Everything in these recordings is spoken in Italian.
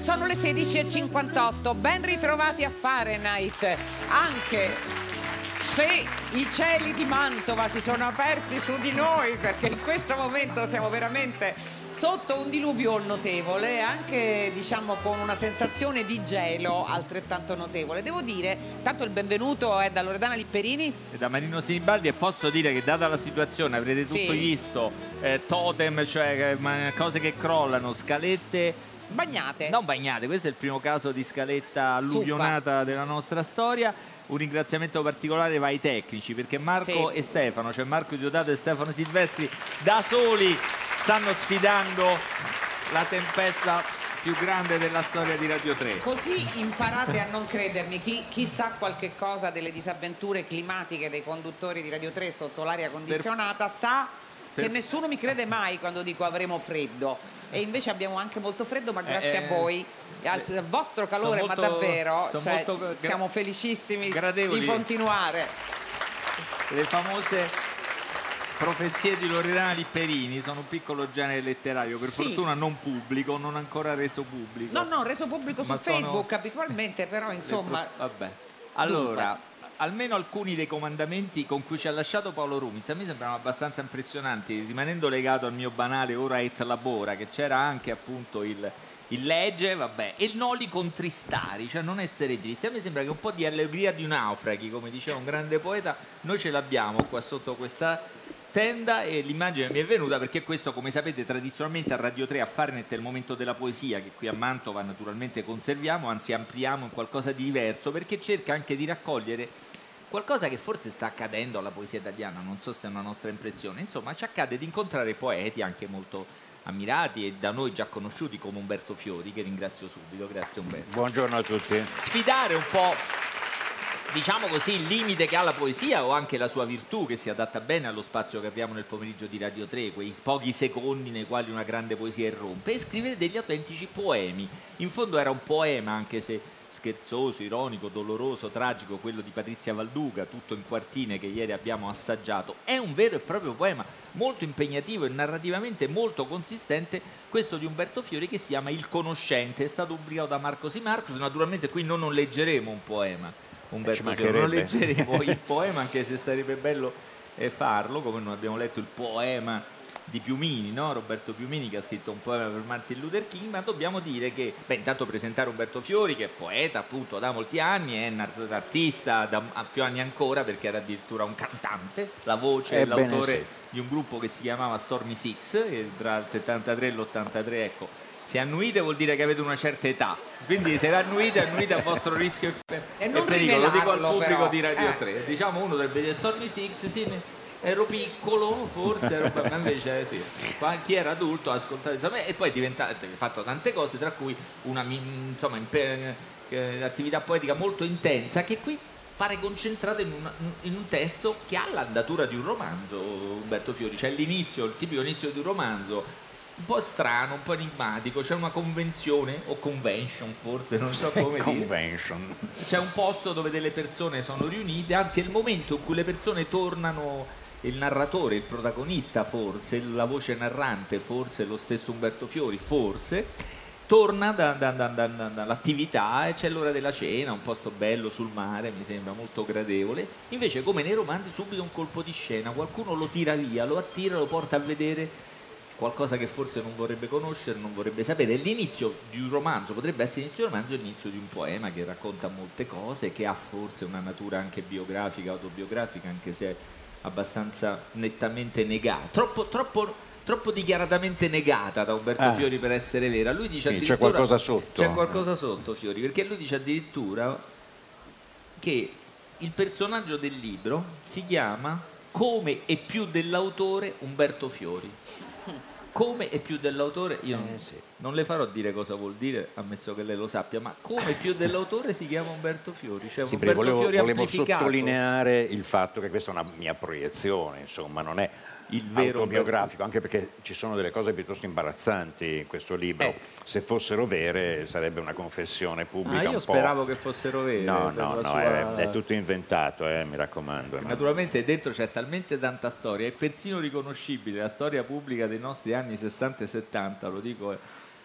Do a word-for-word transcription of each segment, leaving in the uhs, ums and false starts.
Sono le sedici e cinquantotto, ben ritrovati a Fahrenheit, anche se i cieli di Mantova si sono aperti su di noi, perché in questo momento siamo veramente sotto un diluvio notevole, anche diciamo con una sensazione di gelo altrettanto notevole. Devo dire, tanto il benvenuto è da Loredana Lipperini e da Marino Sinibaldi, e posso dire che data la situazione avrete tutto sì. visto, eh, totem, cioè eh, cose che crollano, scalette bagnate. Non bagnate, questo è il primo caso di scaletta alluvionata Zuppa. della nostra storia. Un ringraziamento particolare va ai tecnici, perché Marco sì. e Stefano, cioè Marco Diodato e Stefano Silvestri, da soli stanno sfidando la tempesta più grande della storia di Radio tre. Così imparate a non credermi. Chi, chi sa qualche cosa delle disavventure climatiche dei conduttori di Radio tre sotto l'aria condizionata per... sa per... che nessuno mi crede mai quando dico avremo freddo. E invece abbiamo anche molto freddo, ma grazie eh, a voi e al, al vostro calore, molto, ma davvero cioè, molto, siamo felicissimi gradevoli. di continuare. Le famose profezie di Loredana Lipperini sono un piccolo genere letterario, per sì. fortuna non pubblico, non ancora reso pubblico. No, no, reso pubblico su Facebook sono... abitualmente, però insomma... Vabbè. Allora... Dunque. Almeno alcuni dei comandamenti con cui ci ha lasciato Paolo Rumiz a me sembrano abbastanza impressionanti, rimanendo legato al mio banale ora et labora, che c'era anche appunto il, il legge, vabbè, e il noli contristari, cioè non essere tristi. A me sembra che un po' di allegria di naufraghi, come diceva un grande poeta, noi ce l'abbiamo qua sotto questa tenda, e l'immagine mi è venuta perché questo, come sapete, tradizionalmente a Radio tre a Fahrenheit è il momento della poesia, che qui a Mantova naturalmente conserviamo, anzi ampliamo in qualcosa di diverso, perché cerca anche di raccogliere qualcosa che forse sta accadendo alla poesia italiana, non so se è una nostra impressione, insomma ci accade di incontrare poeti anche molto ammirati e da noi già conosciuti, come Umberto Fiori, che ringrazio subito. Grazie Umberto. Buongiorno a tutti. Sfidare un po', diciamo così, il limite che ha la poesia, o anche la sua virtù, che si adatta bene allo spazio che abbiamo nel pomeriggio di Radio tre, quei pochi secondi nei quali una grande poesia irrompe, e scrivere degli autentici poemi. In fondo era un poema, anche se scherzoso, ironico, doloroso, tragico, quello di Patrizia Valduga, tutto in quartine, che ieri abbiamo assaggiato. È un vero e proprio poema molto impegnativo e narrativamente molto consistente, questo di Umberto Fiori, che si chiama Il Conoscente, è stato pubblicato da Marco Simarcus. Naturalmente qui noi non leggeremo un poema, Umberto Fiori, non leggeremo il poema, anche se sarebbe bello eh, farlo, come non abbiamo letto il poema di Piumini, no? Roberto Piumini, che ha scritto un poema per Martin Luther King. Ma dobbiamo dire che, beh, intanto presentare Umberto Fiori, che è poeta appunto da molti anni, è un artista da più anni ancora, perché era addirittura un cantante, la voce e l'autore sì. di un gruppo che si chiamava Stormy Six, che tra il settantatré e l'ottantatré, ecco, se annuite vuol dire che avete una certa età, quindi se annuite, annuite a vostro rischio e, e pericolo. Lo dico al pubblico però. di Radio tre, eh. diciamo uno dovrebbe dire Stormy Six, sì, ero piccolo, forse, ero, ma invece sì, chi era adulto ha ascoltato, insomma, e poi è diventato, ha fatto tante cose, tra cui una insomma, attività poetica molto intensa, che qui pare concentrata in, una, in un testo che ha l'andatura di un romanzo. Umberto Fiori, c'è l'inizio, il tipico inizio di un romanzo, un po' strano, un po' enigmatico, c'è una convenzione o convention, forse, non so come dire. C'è un posto dove delle persone sono riunite, anzi è il momento in cui le persone tornano, il narratore, il protagonista forse, la voce narrante forse, lo stesso Umberto Fiori forse, torna da, da, da, da, da, dall'attività, e c'è l'ora della cena, un posto bello sul mare, mi sembra molto gradevole. Invece, come nei romanzi, subito un colpo di scena, qualcuno lo tira via, lo attira, lo porta a vedere qualcosa che forse non vorrebbe conoscere, non vorrebbe sapere. L'inizio di un romanzo potrebbe essere l'inizio di un romanzo, l'inizio di un poema che racconta molte cose, che ha forse una natura anche biografica, autobiografica, anche se è abbastanza nettamente negata, troppo, troppo, troppo dichiaratamente negata da Umberto ah. Fiori per essere vera. Lui dice addirittura, c'è qualcosa sotto. C'è qualcosa sotto, Fiori, perché lui dice addirittura che il personaggio del libro si chiama Come e più dell'autore Umberto Fiori. Come e più dell'autore, io non, eh, sì. non le farò dire cosa vuol dire, ammesso che lei lo sappia, ma come più dell'autore si chiama Umberto Fiori. Cioè sì, Umberto volevo, Fiori volevo sottolineare il fatto che questa è una mia proiezione, insomma, non è il vero autobiografico, anche perché ci sono delle cose piuttosto imbarazzanti in questo libro. Eh. Se fossero vere sarebbe una confessione pubblica. Ah, io un speravo po'... che fossero vere. No, no, no, sua... è, è tutto inventato, eh, mi raccomando. No? Naturalmente dentro c'è talmente tanta storia, è persino riconoscibile la storia pubblica dei nostri anni sessanta e settanta, lo dico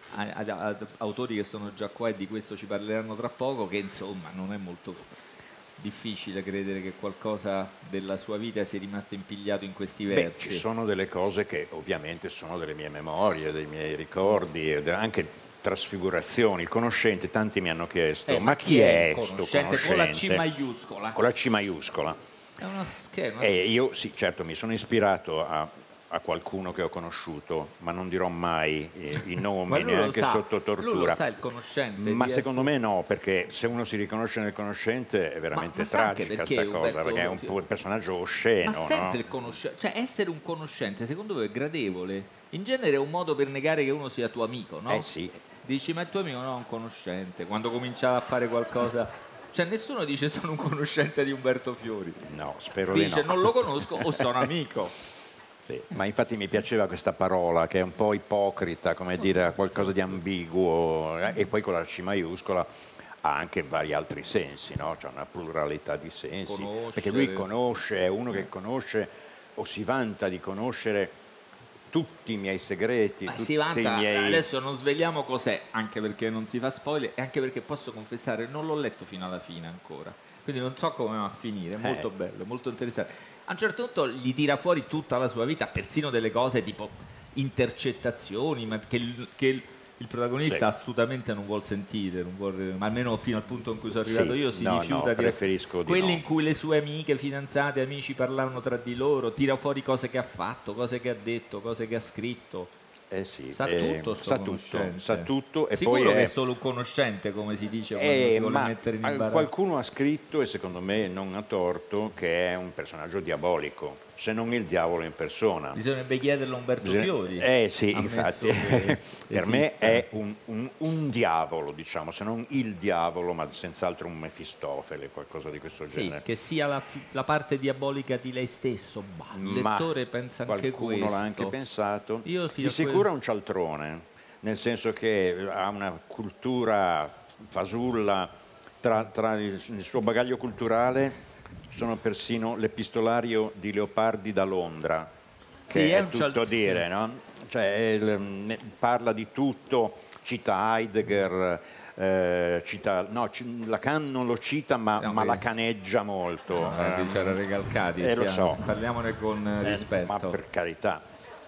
ad, ad autori che sono già qua e di questo ci parleranno tra poco, che insomma non è molto difficile credere che qualcosa della sua vita sia rimasto impigliato in questi versi. Beh, ci sono delle cose che ovviamente sono delle mie memorie, dei miei ricordi, anche trasfigurazioni. Il conoscente, tanti mi hanno chiesto, eh, ma, ma chi, chi è questo conoscente? Con la C maiuscola. Con la C maiuscola. È una, che è una... E io sì, certo, mi sono ispirato a, a qualcuno che ho conosciuto, ma non dirò mai i, i nomi neanche sa, sotto tortura. Lui lo sa, il conoscente. Ma secondo essere... me no, perché se uno si riconosce nel conoscente è veramente ma, ma tragica questa cosa, Umberto, perché è un, un personaggio osceno. Ma sempre no? il conoscente, cioè essere un conoscente, secondo me è gradevole. In genere è un modo per negare che uno sia tuo amico, no? Eh sì. Dici, ma è tuo amico? No, un conoscente. Quando cominciava a fare qualcosa... Cioè nessuno dice sono un conoscente di Umberto Fiori. No, spero dice, di no. Dice non lo conosco o sono amico. Sì, ma infatti mi piaceva questa parola che è un po' ipocrita, come dire, qualcosa di ambiguo, eh? E poi con la C maiuscola ha anche vari altri sensi, no? C'è una pluralità di sensi. Conoscere. Perché lui conosce, è uno che conosce o si vanta di conoscere tutti i miei segreti, ma tutti si vanta, i miei... Adesso non sveliamo cos'è, anche perché non si fa spoiler e anche perché posso confessare non l'ho letto fino alla fine ancora, quindi non so come va a finire. È molto eh. bello, molto interessante. A un certo punto gli tira fuori tutta la sua vita, persino delle cose tipo intercettazioni, ma che, che il protagonista sì. astutamente non vuol sentire, non vuole, ma almeno fino al punto in cui sono arrivato sì, io si no, rifiuta no, di preferisco quelli di no. in cui le sue amiche, fidanzate, amici parlavano tra di loro, tira fuori cose che ha fatto, cose che ha detto, cose che ha scritto. Eh sì, sa eh, tutto, sa tutto, sa tutto e sicuro poi che è... è solo un conoscente, come si dice quando eh, si vuole ma mettere in imbarazzo. Qualcuno ha scritto, e secondo me non ha torto, che è un personaggio diabolico, se non il diavolo in persona. Bisognerebbe chiederlo a Umberto Bisogna... Fiori. Eh sì, infatti, per me è un, un, un diavolo, diciamo, se non il diavolo, ma senz'altro un Mefistofele, qualcosa di questo sì, genere. Che sia la, la parte diabolica di lei stesso, bah, il ma lettore pensa anche questo. Qualcuno l'ha anche pensato. Io di sicuro è un cialtrone, nel senso che ha una cultura fasulla, tra, tra il, il suo bagaglio culturale sono persino l'epistolario di Leopardi da Londra, che sì, è, è tutto dire, sì. no? Cioè, il, parla di tutto, cita Heidegger, eh, cita, no, Lacan non lo cita ma, no, ma la caneggia molto. No, eh, c'era Recalcati, eh, lo so. Parliamone con eh, rispetto. Ma per carità.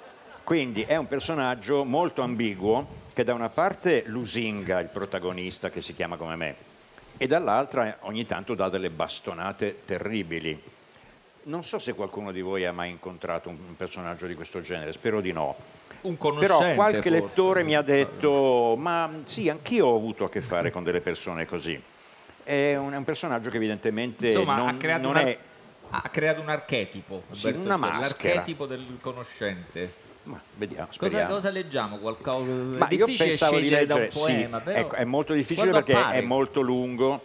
Quindi è un personaggio molto ambiguo che da una parte lusinga il protagonista che si chiama come me e dall'altra ogni tanto dà delle bastonate terribili. Non so se qualcuno di voi ha mai incontrato un personaggio di questo genere, spero di no. Un conoscente, però qualche forse, lettore mi ha detto ma sì, anch'io ho avuto a che fare con delle persone così. È un, è un personaggio che evidentemente Insomma, non, ha creato non una, è... Ha creato un archetipo, sì, una maschera. L'archetipo del conoscente. Ma vediamo, cosa, cosa leggiamo? Qualcosa? Ma è io pensavo di leggere, da un poema, sì, però ecco, è molto difficile perché appare? è molto lungo.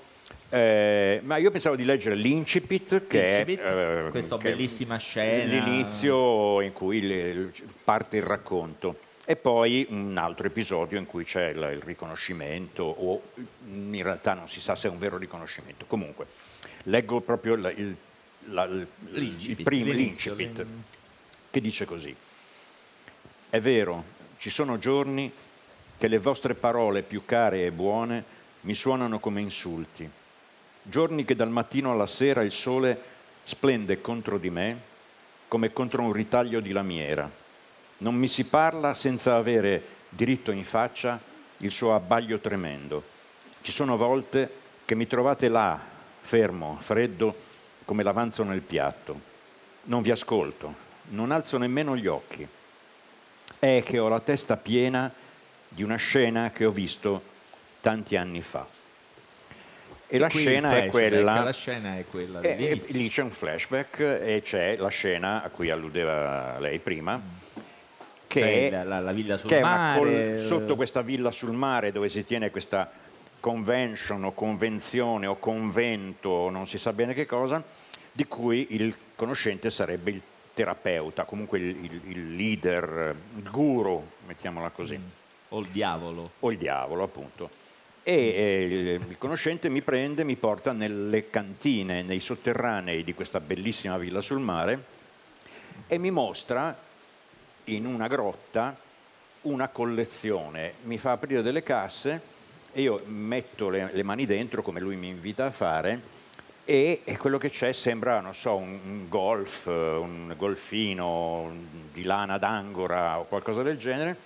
Eh, ma io pensavo di leggere l'Incipit, che Incipit, è eh, questa che bellissima scena, l'inizio in cui le, parte il racconto, e poi un altro episodio in cui c'è il, il riconoscimento, o in realtà non si sa se è un vero riconoscimento. Comunque, leggo proprio la, il, la, il, il primo l'Incipit, che dice così: è vero, ci sono giorni che le vostre parole più care e buone mi suonano come insulti. Giorni che dal mattino alla sera il sole splende contro di me come contro un ritaglio di lamiera. Non mi si parla senza avere diritto in faccia il suo abbaglio tremendo. Ci sono volte che mi trovate là, fermo, freddo, come l'avanzo nel piatto. Non vi ascolto, non alzo nemmeno gli occhi. È che ho la testa piena di una scena che ho visto tanti anni fa. E, e la scena è quella. La scena è quella. E, e lì c'è un flashback e c'è la scena a cui alludeva lei prima, che, la, la, la villa sul che mare. È una col, sotto questa villa sul mare dove si tiene questa convention o convenzione o convento, non si sa bene che cosa, di cui il conoscente sarebbe il terapeuta, comunque il, il, il leader, il guru, mettiamola così. Mm. O il diavolo. O il diavolo, appunto. E eh, il conoscente mi prende, mi porta nelle cantine, nei sotterranei di questa bellissima villa sul mare e mi mostra in una grotta una collezione, mi fa aprire delle casse e io metto le, le mani dentro come lui mi invita a fare e, e quello che c'è sembra, non so, un, un golf, un golfino di lana d'angora o qualcosa del genere,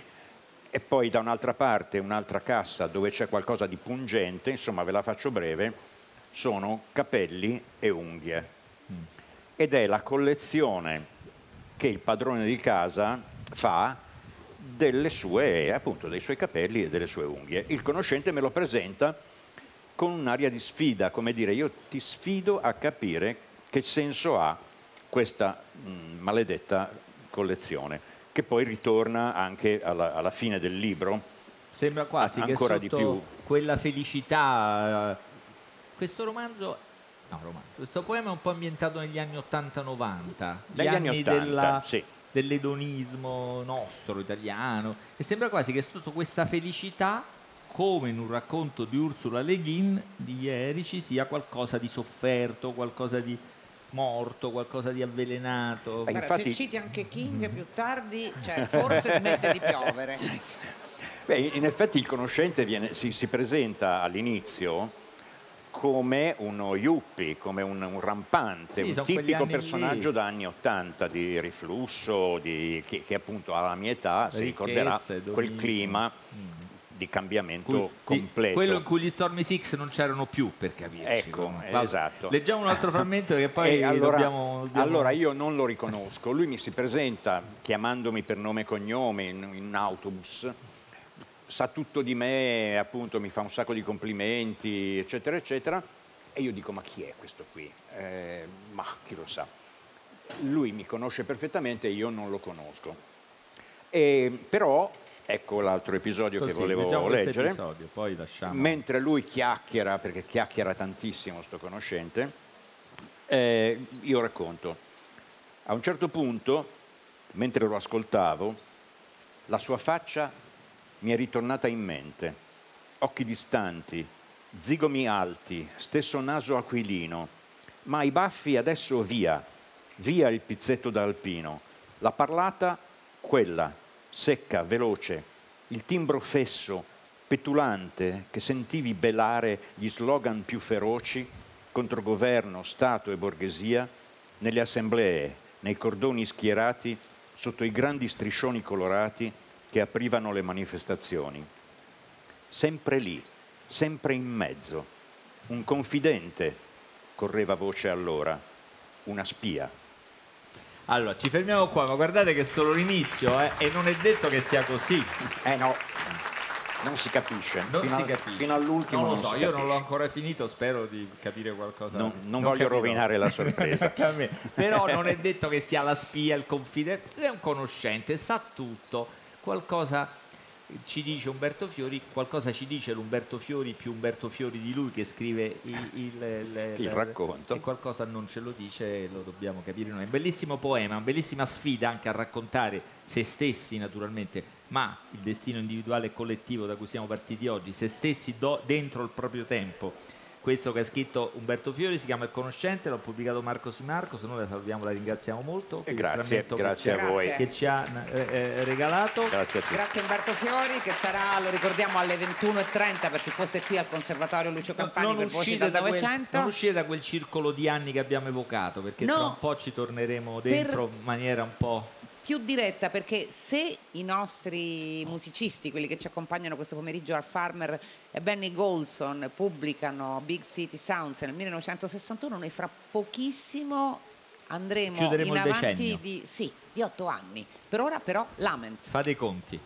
e poi da un'altra parte un'altra cassa dove c'è qualcosa di pungente, insomma ve la faccio breve, sono capelli e unghie. Mm. Ed è la collezione che il padrone di casa fa delle sue, appunto, dei suoi capelli e delle sue unghie. Il conoscente me lo presenta con un'aria di sfida, come dire, io ti sfido a capire che senso ha questa mh, maledetta collezione, che poi ritorna anche alla, alla fine del libro. Sembra quasi ancora che sotto di più quella felicità, questo romanzo, no romanzo, questo poema è un po' ambientato negli anni ottanta novanta, gli negli anni, anni ottanta, della, sì. dell'edonismo nostro, italiano, e sembra quasi che sotto questa felicità, come in un racconto di Ursula Le Guin di ieri, ci sia qualcosa di sofferto, qualcosa di morto, qualcosa di avvelenato. Guarda, infatti, se citi anche King più tardi, cioè, forse smette di piovere. Beh, in effetti il conoscente viene, si, si presenta all'inizio come uno yuppie, come un, un rampante, sì, un tipico personaggio lì. da anni ottanta, di riflusso, di, che, che appunto alla mia età si ricorderà quel clima mm. di cambiamento Cui, completo. Quello in cui gli Stormy Six non c'erano più, per capirci. Ecco, Vabbè, esatto. Leggiamo un altro frammento che poi allora, dobbiamo, dobbiamo... Allora io non lo riconosco, lui mi si presenta chiamandomi per nome e cognome in, in un autobus, sa tutto di me, appunto mi fa un sacco di complimenti, eccetera, eccetera, e io dico ma chi è questo qui? Eh, ma chi lo sa? Lui mi conosce perfettamente e io non lo conosco. E, però, ecco l'altro episodio Così, che volevo leggere, episodio, poi lasciamo... mentre lui chiacchiera, perché chiacchiera tantissimo sto conoscente, eh, io racconto. A un certo punto, mentre lo ascoltavo, la sua faccia mi è ritornata in mente, occhi distanti, zigomi alti, stesso naso aquilino, ma i baffi adesso via, via il pizzetto da alpino, la parlata quella, secca, veloce, il timbro fesso, petulante, che sentivi belare gli slogan più feroci contro governo, Stato e borghesia nelle assemblee, nei cordoni schierati sotto i grandi striscioni colorati che aprivano le manifestazioni. Sempre lì, sempre in mezzo, un confidente, correva voce allora, una spia. Allora, ci fermiamo qua, ma guardate che è solo l'inizio, eh, e non è detto che sia così. Eh no, non si capisce. Non fino si al, capisce. Fino all'ultimo non lo non so, si io capisce. non l'ho ancora finito, spero di capire qualcosa. Non, non, non voglio capirò. rovinare la sorpresa. Però non è detto che sia la spia, il confidente, è un conoscente, sa tutto. Qualcosa ci dice Umberto Fiori, qualcosa ci dice l'Umberto Fiori più Umberto Fiori di lui che scrive il, il, il, il racconto, e qualcosa non ce lo dice e lo dobbiamo capire noi. È un bellissimo poema, una bellissima sfida anche a raccontare se stessi naturalmente, ma il destino individuale e collettivo da cui siamo partiti oggi, se stessi do, dentro il proprio tempo. Questo che ha scritto Umberto Fiori si chiama Il Conoscente, l'ha pubblicato Marco Simarco, se noi la salutiamo, la ringraziamo molto. E grazie, grazie che, a voi. Che ci ha eh, regalato. Grazie a tutti. Grazie Umberto Fiori, che sarà, lo ricordiamo, alle ventuno e trenta per chi fosse qui al Conservatorio Lucio Campani no, per Voci dal da Novecento. Quel, non uscite da quel circolo di anni che abbiamo evocato, perché no, tra un po' ci torneremo dentro per... in maniera un po' più diretta, perché se i nostri musicisti, quelli che ci accompagnano questo pomeriggio al Farmer e Benny Golson, pubblicano Big City Sounds nel millenovecentosessantuno, noi fra pochissimo andremo Chiuderemo in il avanti decennio. di, sì, di otto anni. Per ora però Lament. Fate i conti.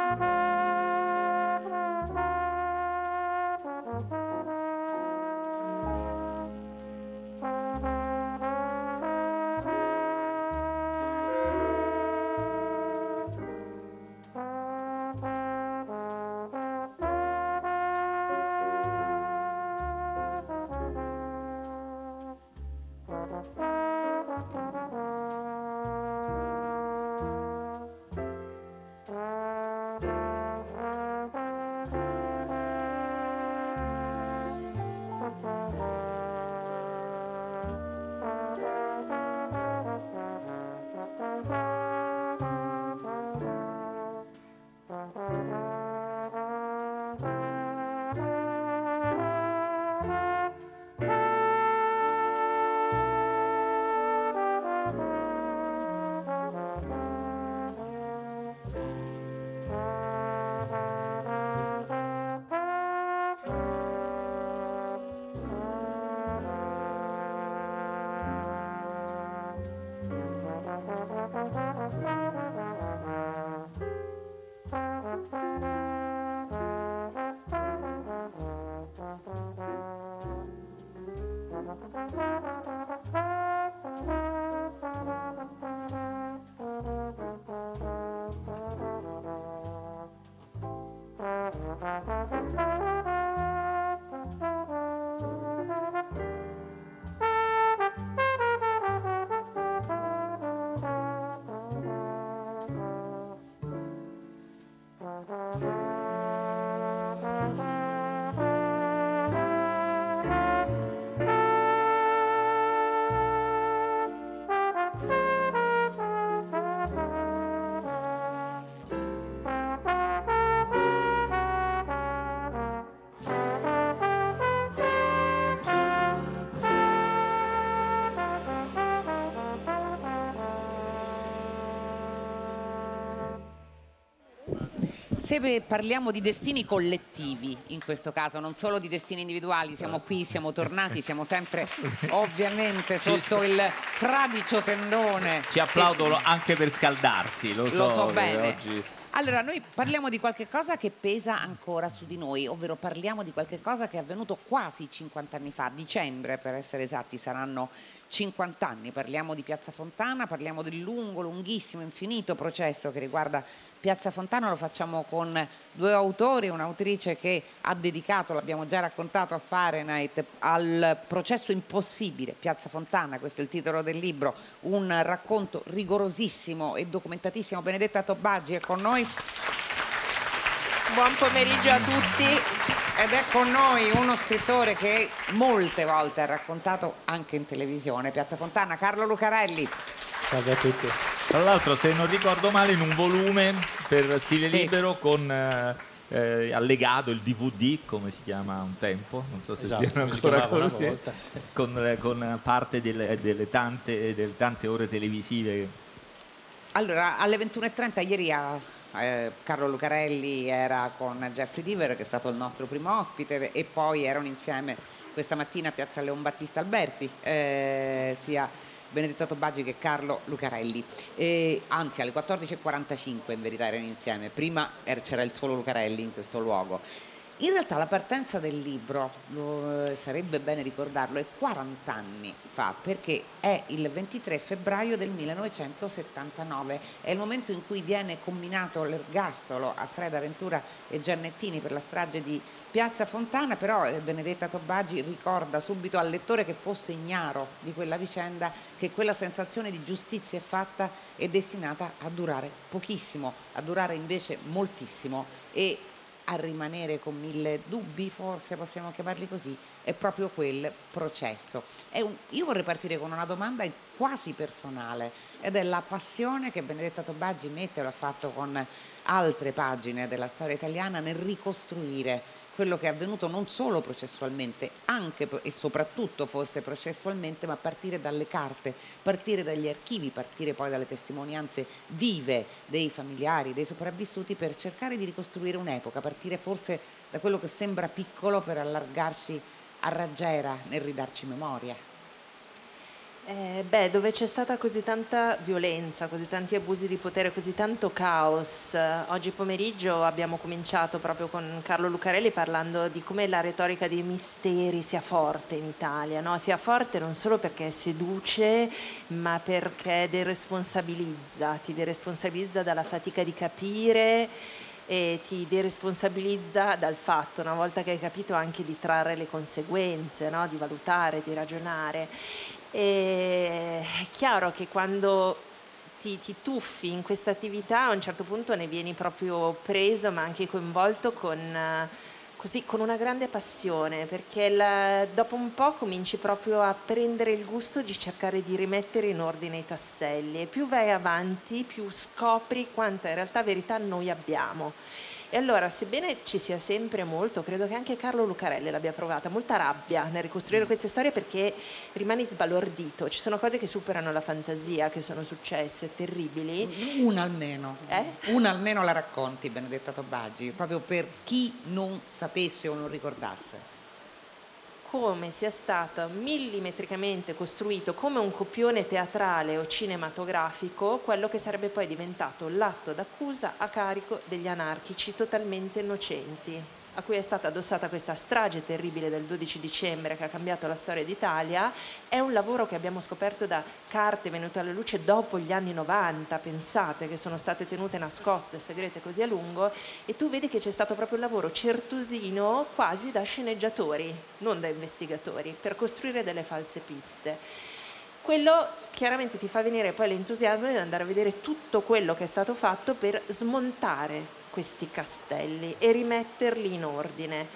Se parliamo di destini collettivi, in questo caso, non solo di destini individuali, siamo qui, siamo tornati, siamo sempre ovviamente sotto il fradicio tendone. Ci applaudono anche per scaldarsi, lo so, lo so bene. Oggi... Allora, noi parliamo di qualche cosa che pesa ancora su di noi, ovvero parliamo di qualche cosa che è avvenuto quasi cinquanta anni fa, a dicembre per essere esatti saranno cinquanta anni. Parliamo di Piazza Fontana, parliamo del lungo, lunghissimo, infinito processo che riguarda Piazza Fontana. Lo facciamo con due autori, un'autrice che ha dedicato, l'abbiamo già raccontato a Fahrenheit, al processo impossibile, Piazza Fontana, questo è il titolo del libro, un racconto rigorosissimo e documentatissimo. Benedetta Tobagi è con noi. Buon pomeriggio a tutti. Ed è con noi uno scrittore che molte volte ha raccontato anche in televisione Piazza Fontana, Carlo Lucarelli. Salve a tutti. Tra l'altro, se non ricordo male, in un volume per Stile Sì. Libero con eh, eh, allegato il D V D, come si chiama un tempo, non so se Esatto, si chiama come si ancora chiamava una così, volta, sì. con, eh, con parte delle, delle, tante, delle tante ore televisive. Allora, alle ventuno e trenta ieri a Eh, Carlo Lucarelli era con Jeffrey Deaver, che è stato il nostro primo ospite, e poi erano insieme questa mattina a Piazza Leon Battista Alberti, eh, sia Benedetta Tobagi che Carlo Lucarelli. Eh, anzi, alle quattordici e quarantacinque in verità erano insieme, prima er- c'era il solo Lucarelli in questo luogo. In realtà la partenza del libro, lo, sarebbe bene ricordarlo, è quaranta anni fa, perché è il ventitré febbraio del millenovecentosettantanove, è il momento in cui viene comminato l'ergastolo a Freda Ventura e Giannettini per la strage di Piazza Fontana. Però eh, Benedetta Tobagi ricorda subito al lettore che fosse ignaro di quella vicenda che quella sensazione di giustizia fatta è destinata a durare pochissimo, a durare invece moltissimo e a rimanere con mille dubbi, forse possiamo chiamarli così, è proprio quel processo. È un, io vorrei partire con una domanda quasi personale, ed è la passione che Benedetta Tobagi mette, l'ha fatto con altre pagine della storia italiana, nel ricostruire quello che è avvenuto non solo processualmente, anche e soprattutto forse processualmente, ma a partire dalle carte, partire dagli archivi, partire poi dalle testimonianze vive dei familiari, dei sopravvissuti, per cercare di ricostruire un'epoca, partire forse da quello che sembra piccolo per allargarsi a raggiera nel ridarci memoria. Eh, beh, dove c'è stata così tanta violenza, così tanti abusi di potere, così tanto caos. Eh, Oggi pomeriggio abbiamo cominciato proprio con Carlo Lucarelli parlando di come la retorica dei misteri sia forte in Italia, no? Sia forte non solo perché seduce, ma perché deresponsabilizza, ti deresponsabilizza dalla fatica di capire e ti deresponsabilizza dal fatto, una volta che hai capito, anche di trarre le conseguenze, no? Di valutare, di ragionare. E è chiaro che quando ti, ti tuffi in questa attività a un certo punto ne vieni proprio preso, ma anche coinvolto con, eh, così, con una grande passione, perché la- dopo un po' cominci proprio a prendere il gusto di cercare di rimettere in ordine i tasselli, e più vai avanti più scopri quanta in realtà verità noi abbiamo. E allora, sebbene ci sia sempre molto, credo che anche Carlo Lucarelli l'abbia provata, molta rabbia nel ricostruire queste storie, perché rimani sbalordito. Ci sono cose che superano la fantasia, che sono successe, terribili. Una almeno, Eh? una almeno la racconti, Benedetta Tobagi, proprio per chi non sapesse o non ricordasse. Come sia stato millimetricamente costruito come un copione teatrale o cinematografico quello che sarebbe poi diventato l'atto d'accusa a carico degli anarchici totalmente innocenti, a cui è stata addossata questa strage terribile del dodici dicembre che ha cambiato la storia d'Italia. È un lavoro che abbiamo scoperto da carte venute alla luce dopo gli anni novanta, pensate, che sono state tenute nascoste, segrete così a lungo, e tu vedi che c'è stato proprio un lavoro certosino, quasi da sceneggiatori, non da investigatori, per costruire delle false piste. Quello chiaramente ti fa venire poi l'entusiasmo di andare a vedere tutto quello che è stato fatto per smontare questi castelli e rimetterli in ordine.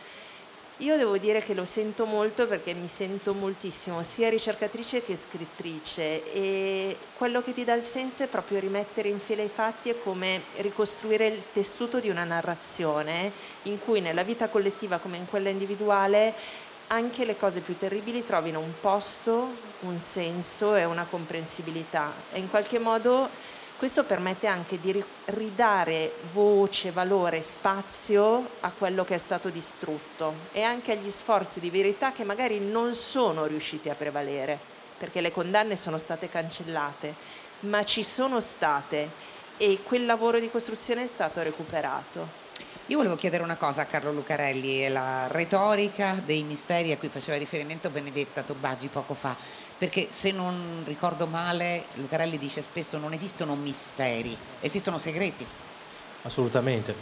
Io devo dire che lo sento molto, perché mi sento moltissimo sia ricercatrice che scrittrice, e quello che ti dà il senso è proprio rimettere in fila i fatti, è come ricostruire il tessuto di una narrazione in cui nella vita collettiva come in quella individuale anche le cose più terribili trovino un posto, un senso e una comprensibilità, e in qualche modo questo permette anche di ridare voce, valore, spazio a quello che è stato distrutto, e anche agli sforzi di verità che magari non sono riusciti a prevalere, perché le condanne sono state cancellate, ma ci sono state, e quel lavoro di costruzione è stato recuperato. Io volevo chiedere una cosa a Carlo Lucarelli, è la retorica dei misteri a cui faceva riferimento Benedetta Tobagi poco fa, perché se non ricordo male Lucarelli dice spesso non esistono misteri, esistono segreti. Assolutamente,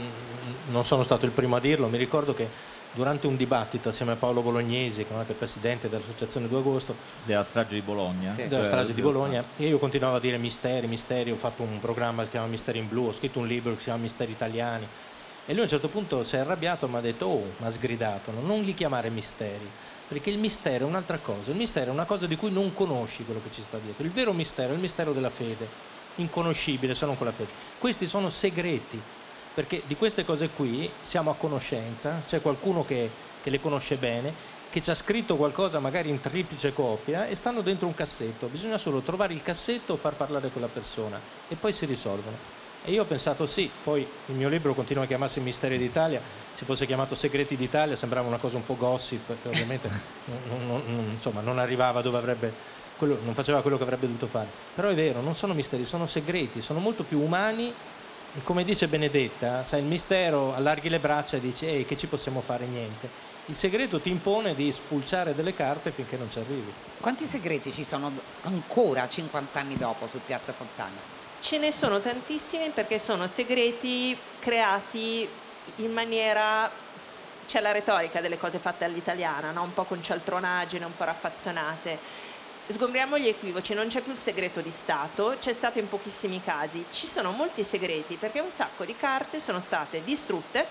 non sono stato il primo a dirlo. Mi ricordo che durante un dibattito assieme a Paolo Bolognesi, che è il presidente dell'associazione due agosto, della strage di Bologna, sì. della strage di Bologna, e io continuavo a dire misteri, misteri, ho fatto un programma che si chiama Misteri in Blu, ho scritto un libro che si chiama Misteri Italiani, e lui a un certo punto si è arrabbiato, mi ha detto: oh, mi ha sgridato, no? Non li chiamare misteri, perché il mistero è un'altra cosa, il mistero è una cosa di cui non conosci quello che ci sta dietro. Il vero mistero è il mistero della fede, inconoscibile se non con la fede. Questi sono segreti, perché di queste cose qui siamo a conoscenza, c'è qualcuno che, che le conosce bene, che ci ha scritto qualcosa magari in triplice copia, e stanno dentro un cassetto, bisogna solo trovare il cassetto o far parlare quella persona, e poi si risolvono. E io ho pensato sì, poi il mio libro continua a chiamarsi Misteri d'Italia, se fosse chiamato Segreti d'Italia sembrava una cosa un po' gossip, perché ovviamente non, non, non, insomma, non arrivava dove avrebbe, quello, non faceva quello che avrebbe dovuto fare. Però è vero, non sono misteri, sono segreti, sono molto più umani, e come dice Benedetta, sai, il mistero allarghi le braccia e dici ehi, che ci possiamo fare? Niente. Il segreto ti impone di spulciare delle carte finché non ci arrivi. Quanti segreti ci sono ancora cinquanta anni dopo su Piazza Fontana? Ce ne sono tantissimi, perché sono segreti creati in maniera... c'è la retorica delle cose fatte all'italiana, no? Un po' con cialtronaggine, un po' raffazzonate. Sgombriamo gli equivoci, non c'è più il segreto di Stato, c'è stato in pochissimi casi. Ci sono molti segreti perché un sacco di carte sono state distrutte,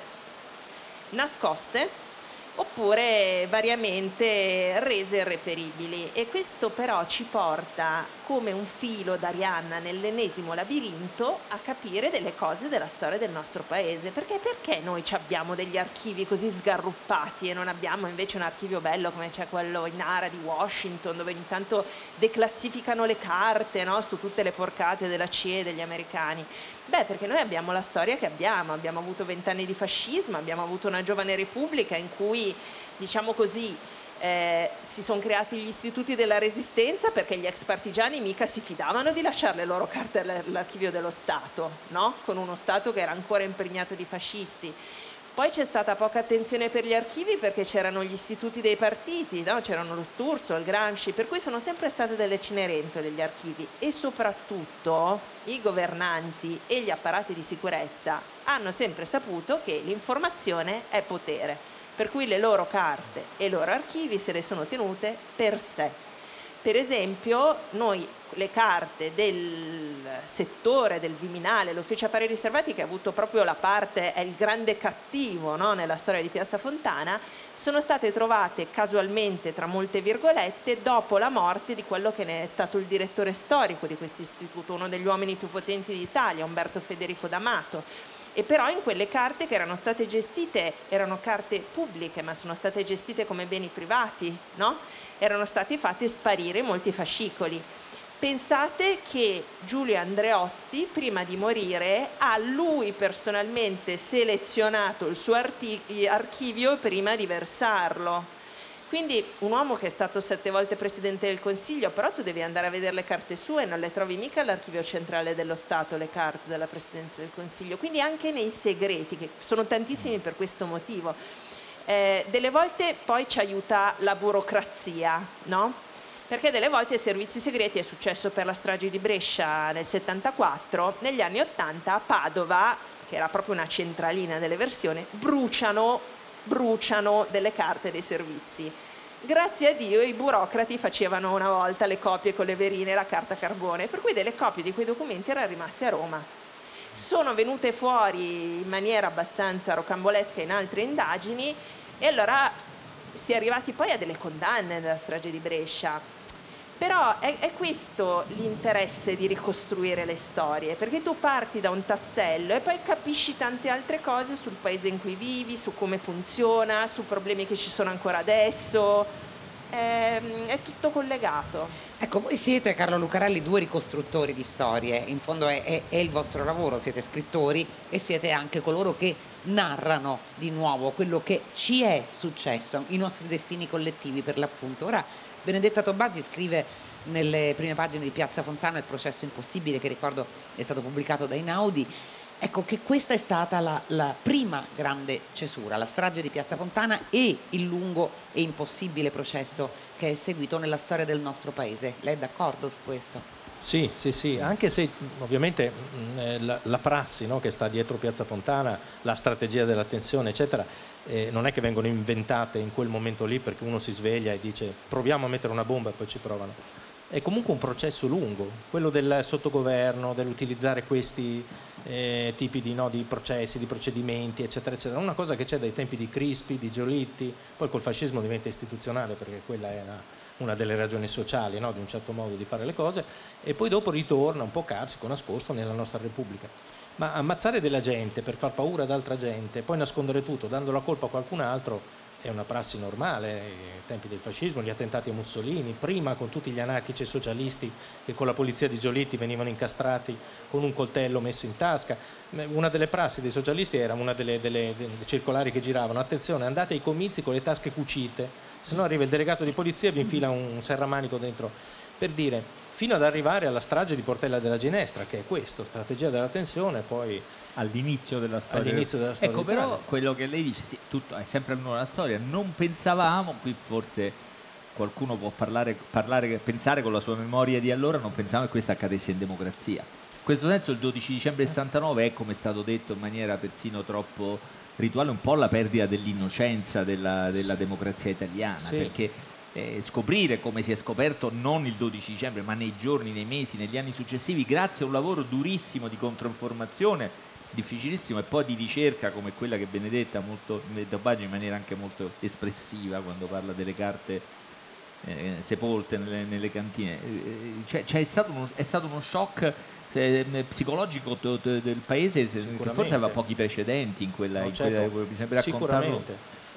nascoste, oppure variamente rese irreperibili, e questo però ci porta come un filo d'Arianna nell'ennesimo labirinto a capire delle cose della storia del nostro paese. Perché perché noi abbiamo degli archivi così sgarruppati e non abbiamo invece un archivio bello come c'è quello in Ara di Washington, dove ogni tanto declassificano le carte, no? Su tutte le porcate della C I A e degli americani? Beh, perché noi abbiamo la storia che abbiamo, abbiamo avuto vent'anni di fascismo, abbiamo avuto una giovane repubblica in cui, diciamo così, Eh, si sono creati gli istituti della resistenza perché gli ex partigiani mica si fidavano di lasciare le loro carte all'archivio dello Stato, no? Con uno Stato che era ancora impregnato di fascisti. Poi c'è stata poca attenzione per gli archivi perché c'erano gli istituti dei partiti, no? C'erano lo Sturzo, il Gramsci, per cui sono sempre state delle cenerentole gli archivi, e soprattutto i governanti e gli apparati di sicurezza hanno sempre saputo che l'informazione è potere, per cui le loro carte e i loro archivi se le sono tenute per sé. Per esempio, noi le carte del settore del Viminale, l'Ufficio Affari Riservati, che ha avuto proprio la parte, è il grande cattivo, no, nella storia di Piazza Fontana, sono state trovate casualmente, tra molte virgolette, dopo la morte di quello che ne è stato il direttore storico di questo istituto, uno degli uomini più potenti d'Italia, Umberto Federico D'Amato. E però in quelle carte che erano state gestite, erano carte pubbliche, ma sono state gestite come beni privati, no? Erano stati fatti sparire molti fascicoli. Pensate che Giulio Andreotti, prima di morire, ha lui personalmente selezionato il suo archivio prima di versarlo. Quindi un uomo che è stato sette volte Presidente del Consiglio, però tu devi andare a vedere le carte sue, non le trovi mica all'Archivio Centrale dello Stato, le carte della Presidenza del Consiglio, quindi anche nei segreti, che sono tantissimi per questo motivo. Eh, delle volte poi ci aiuta la burocrazia, no? Perché delle volte i servizi segreti, è successo per la strage di Brescia nel settantaquattro, negli anni ottanta a Padova, che era proprio una centralina dell'eversione, bruciano bruciano delle carte dei servizi. Grazie a Dio i burocrati facevano una volta le copie con le verine e la carta carbone, per cui delle copie di quei documenti erano rimaste a Roma. Sono venute fuori in maniera abbastanza rocambolesca in altre indagini e allora si è arrivati poi a delle condanne nella strage di Brescia. Però è, è questo l'interesse di ricostruire le storie, perché tu parti da un tassello e poi capisci tante altre cose sul paese in cui vivi, su come funziona, su problemi che ci sono ancora adesso, è, è tutto collegato. Ecco, voi siete, Carlo Lucarelli, due ricostruttori di storie, in fondo è, è, è il vostro lavoro, siete scrittori e siete anche coloro che narrano di nuovo quello che ci è successo, i nostri destini collettivi per l'appunto. Ora Benedetta Tobagi scrive nelle prime pagine di Piazza Fontana, Il processo impossibile, che ricordo è stato pubblicato da Einaudi, ecco che questa è stata la, la prima grande cesura, la strage di Piazza Fontana e il lungo e impossibile processo che è seguito nella storia del nostro paese. Lei è d'accordo su questo? Sì, sì, sì, anche se ovviamente mh, la, la prassi, no, che sta dietro Piazza Fontana, la strategia della tensione, eccetera, eh, non è che vengono inventate in quel momento lì perché uno si sveglia e dice proviamo a mettere una bomba e poi ci provano. È comunque un processo lungo, quello del sottogoverno, dell'utilizzare questi eh, tipi di, no, di processi, di procedimenti, eccetera, eccetera. Una cosa che c'è dai tempi di Crispi, di Giolitti, poi col fascismo diventa istituzionale perché quella è una, una delle ragioni sociali, no, di un certo modo di fare le cose, e poi dopo ritorna un po' carsico, nascosto nella nostra Repubblica. Ma ammazzare della gente per far paura ad altra gente, poi nascondere tutto dando la colpa a qualcun altro, è una prassi normale. Ai tempi del fascismo, gli attentati a Mussolini, prima con tutti gli anarchici e socialisti che con la polizia di Giolitti venivano incastrati con un coltello messo in tasca. Una delle prassi dei socialisti era una delle, delle, delle circolari che giravano: attenzione, andate ai comizi con le tasche cucite, se no arriva il delegato di polizia e vi infila un serramanico dentro. Per dire, fino ad arrivare alla strage di Portella della Ginestra, che è questo, strategia della tensione, poi all'inizio della storia. All'inizio della storia ecco, però quello che lei dice, sì, tutto, è sempre nuova la storia, non pensavamo, qui forse qualcuno può parlare, parlare, pensare con la sua memoria di allora, non pensavamo che questo accadesse in democrazia. In questo senso il dodici dicembre sessantanove è, come è stato detto in maniera persino troppo rituale, un po' la perdita dell'innocenza della, della democrazia italiana, sì. Perché Eh, scoprire, come si è scoperto non il dodici dicembre ma nei giorni, nei mesi, negli anni successivi, grazie a un lavoro durissimo di controinformazione, difficilissimo, e poi di ricerca come quella che Benedetta molto, in maniera anche molto espressiva quando parla delle carte eh, sepolte nelle, nelle cantine, eh, cioè, cioè è, stato uno, è stato uno shock eh, psicologico to, to, del paese che forse aveva pochi precedenti in quella, no, in certo, quella mi sembra sicuramente.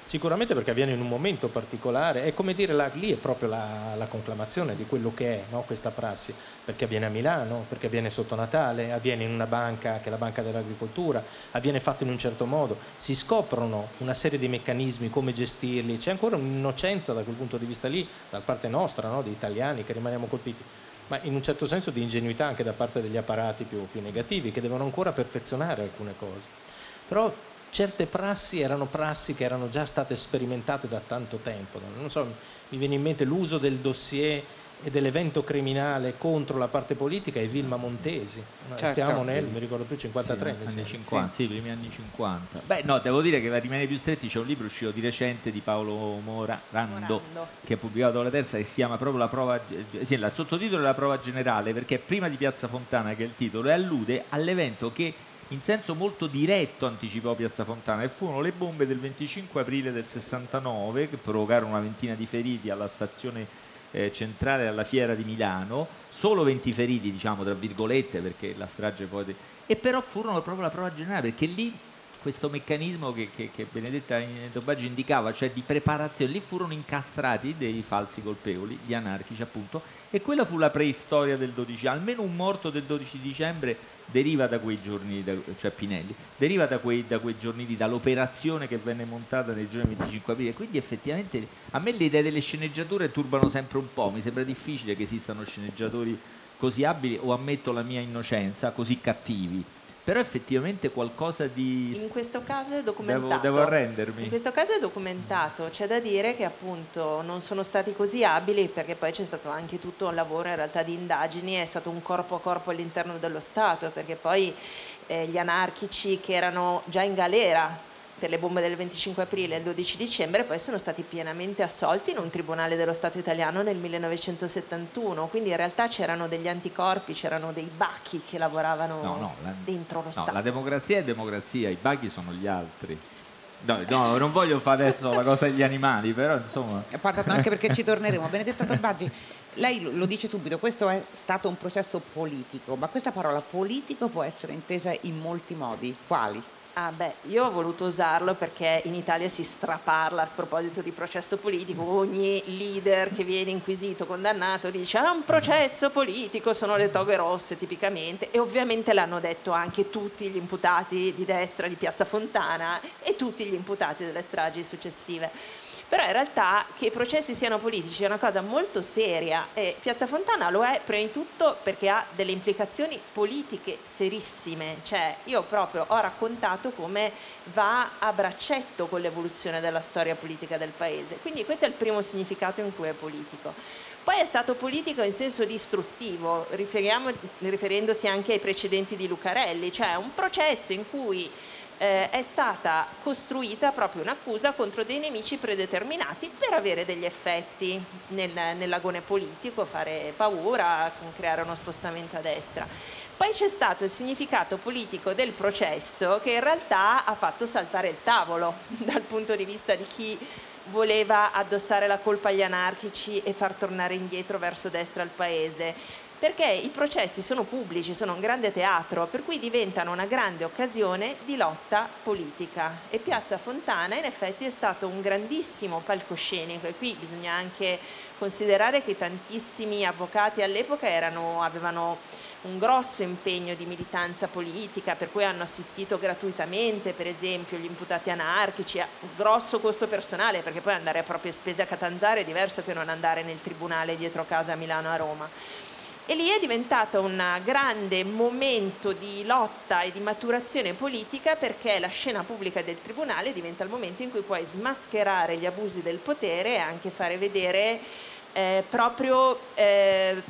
Sicuramente perché avviene in un momento particolare, è come dire, la, lì è proprio la, la conclamazione di quello che è, no, questa prassi, perché avviene a Milano, perché avviene sotto Natale, avviene in una banca che è la Banca dell'Agricoltura, avviene fatto in un certo modo, si scoprono una serie di meccanismi, come gestirli, c'è ancora un'innocenza da quel punto di vista lì, da parte nostra, no, di italiani che rimaniamo colpiti, ma in un certo senso di ingenuità anche da parte degli apparati più, più negativi, che devono ancora perfezionare alcune cose. Però certe prassi erano prassi che erano già state sperimentate da tanto tempo. Non so, mi viene in mente l'uso del dossier e dell'evento criminale contro la parte politica e Vilma Montesi. Certo. Stiamo nel, mi ricordo più, cinquantatré. Sì, anni cinquanta, sì, primi anni cinquanta. Beh, no, devo dire che per rimanere più stretti c'è un libro uscito di recente di Paolo Mora, Rando, Morando. che è pubblicato alla Terza, che si chiama proprio La prova, sì, il sottotitolo è La prova generale, perché è prima di Piazza Fontana, che è il titolo, e allude all'evento che in senso molto diretto anticipò Piazza Fontana, e furono le bombe del venticinque aprile del sessantanove che provocarono una ventina di feriti alla stazione eh, centrale alla Fiera di Milano, solo venti feriti, diciamo tra virgolette, perché la strage poi de... e però furono proprio la prova generale, perché lì questo meccanismo che, che, che Benedetta Tobagi indicava, cioè di preparazione, lì furono incastrati dei falsi colpevoli, gli anarchici appunto, e quella fu la preistoria del dodici, almeno un morto del dodici dicembre deriva da quei giorni, da, cioè Pinelli, deriva da quei, da quei giorni lì, dall'operazione che venne montata nel giorno venticinque aprile, quindi effettivamente a me le idee delle sceneggiature turbano sempre un po', mi sembra difficile che esistano sceneggiatori così abili, o ammetto la mia innocenza, così cattivi. Però effettivamente qualcosa di... In questo caso è documentato. Devo, devo arrendermi. In questo caso è documentato, c'è da dire che appunto non sono stati così abili, perché poi c'è stato anche tutto un lavoro in realtà di indagini, è stato un corpo a corpo all'interno dello Stato, perché poi eh, gli anarchici che erano già in galera per le bombe del venticinque aprile e il dodici dicembre poi sono stati pienamente assolti in un tribunale dello Stato italiano nel millenovecentosettantuno, quindi in realtà c'erano degli anticorpi, c'erano dei bacchi che lavoravano no, no, la, dentro lo no, Stato. La democrazia è democrazia, i baghi sono gli altri. No, no, non voglio fare adesso la cosa degli animali, però insomma... Anche perché ci torneremo. Benedetta Tobagi, lei lo dice subito, questo è stato un processo politico, ma questa parola politico può essere intesa in molti modi. Quali? Ah beh, io ho voluto usarlo perché in Italia si straparla a sproposito di processo politico, ogni leader che viene inquisito, condannato dice ah, un processo politico, sono le toghe rosse tipicamente, e ovviamente l'hanno detto anche tutti gli imputati di destra di Piazza Fontana e tutti gli imputati delle stragi successive. Però in realtà che i processi siano politici è una cosa molto seria, e Piazza Fontana lo è prima di tutto perché ha delle implicazioni politiche serissime, cioè io proprio ho raccontato come va a braccetto con l'evoluzione della storia politica del paese, quindi questo è il primo significato in cui è politico. Poi è stato politico in senso distruttivo, riferendosi anche ai precedenti di Lucarelli, cioè un processo in cui Eh, è stata costruita proprio un'accusa contro dei nemici predeterminati per avere degli effetti nel, nell'agone politico, fare paura, creare uno spostamento a destra. Poi c'è stato il significato politico del processo che in realtà ha fatto saltare il tavolo dal punto di vista di chi voleva addossare la colpa agli anarchici e far tornare indietro verso destra il paese. Perché i processi sono pubblici, sono un grande teatro, per cui diventano una grande occasione di lotta politica. E Piazza Fontana in effetti è stato un grandissimo palcoscenico, e qui bisogna anche considerare che tantissimi avvocati all'epoca erano, avevano un grosso impegno di militanza politica, per cui hanno assistito gratuitamente, per esempio, gli imputati anarchici, a un grosso costo personale, perché poi andare a proprie spese a Catanzaro è diverso che non andare nel tribunale dietro casa a Milano a Roma. E lì è diventato un grande momento di lotta e di maturazione politica, perché la scena pubblica del tribunale diventa il momento in cui puoi smascherare gli abusi del potere e anche fare vedere eh, proprio eh,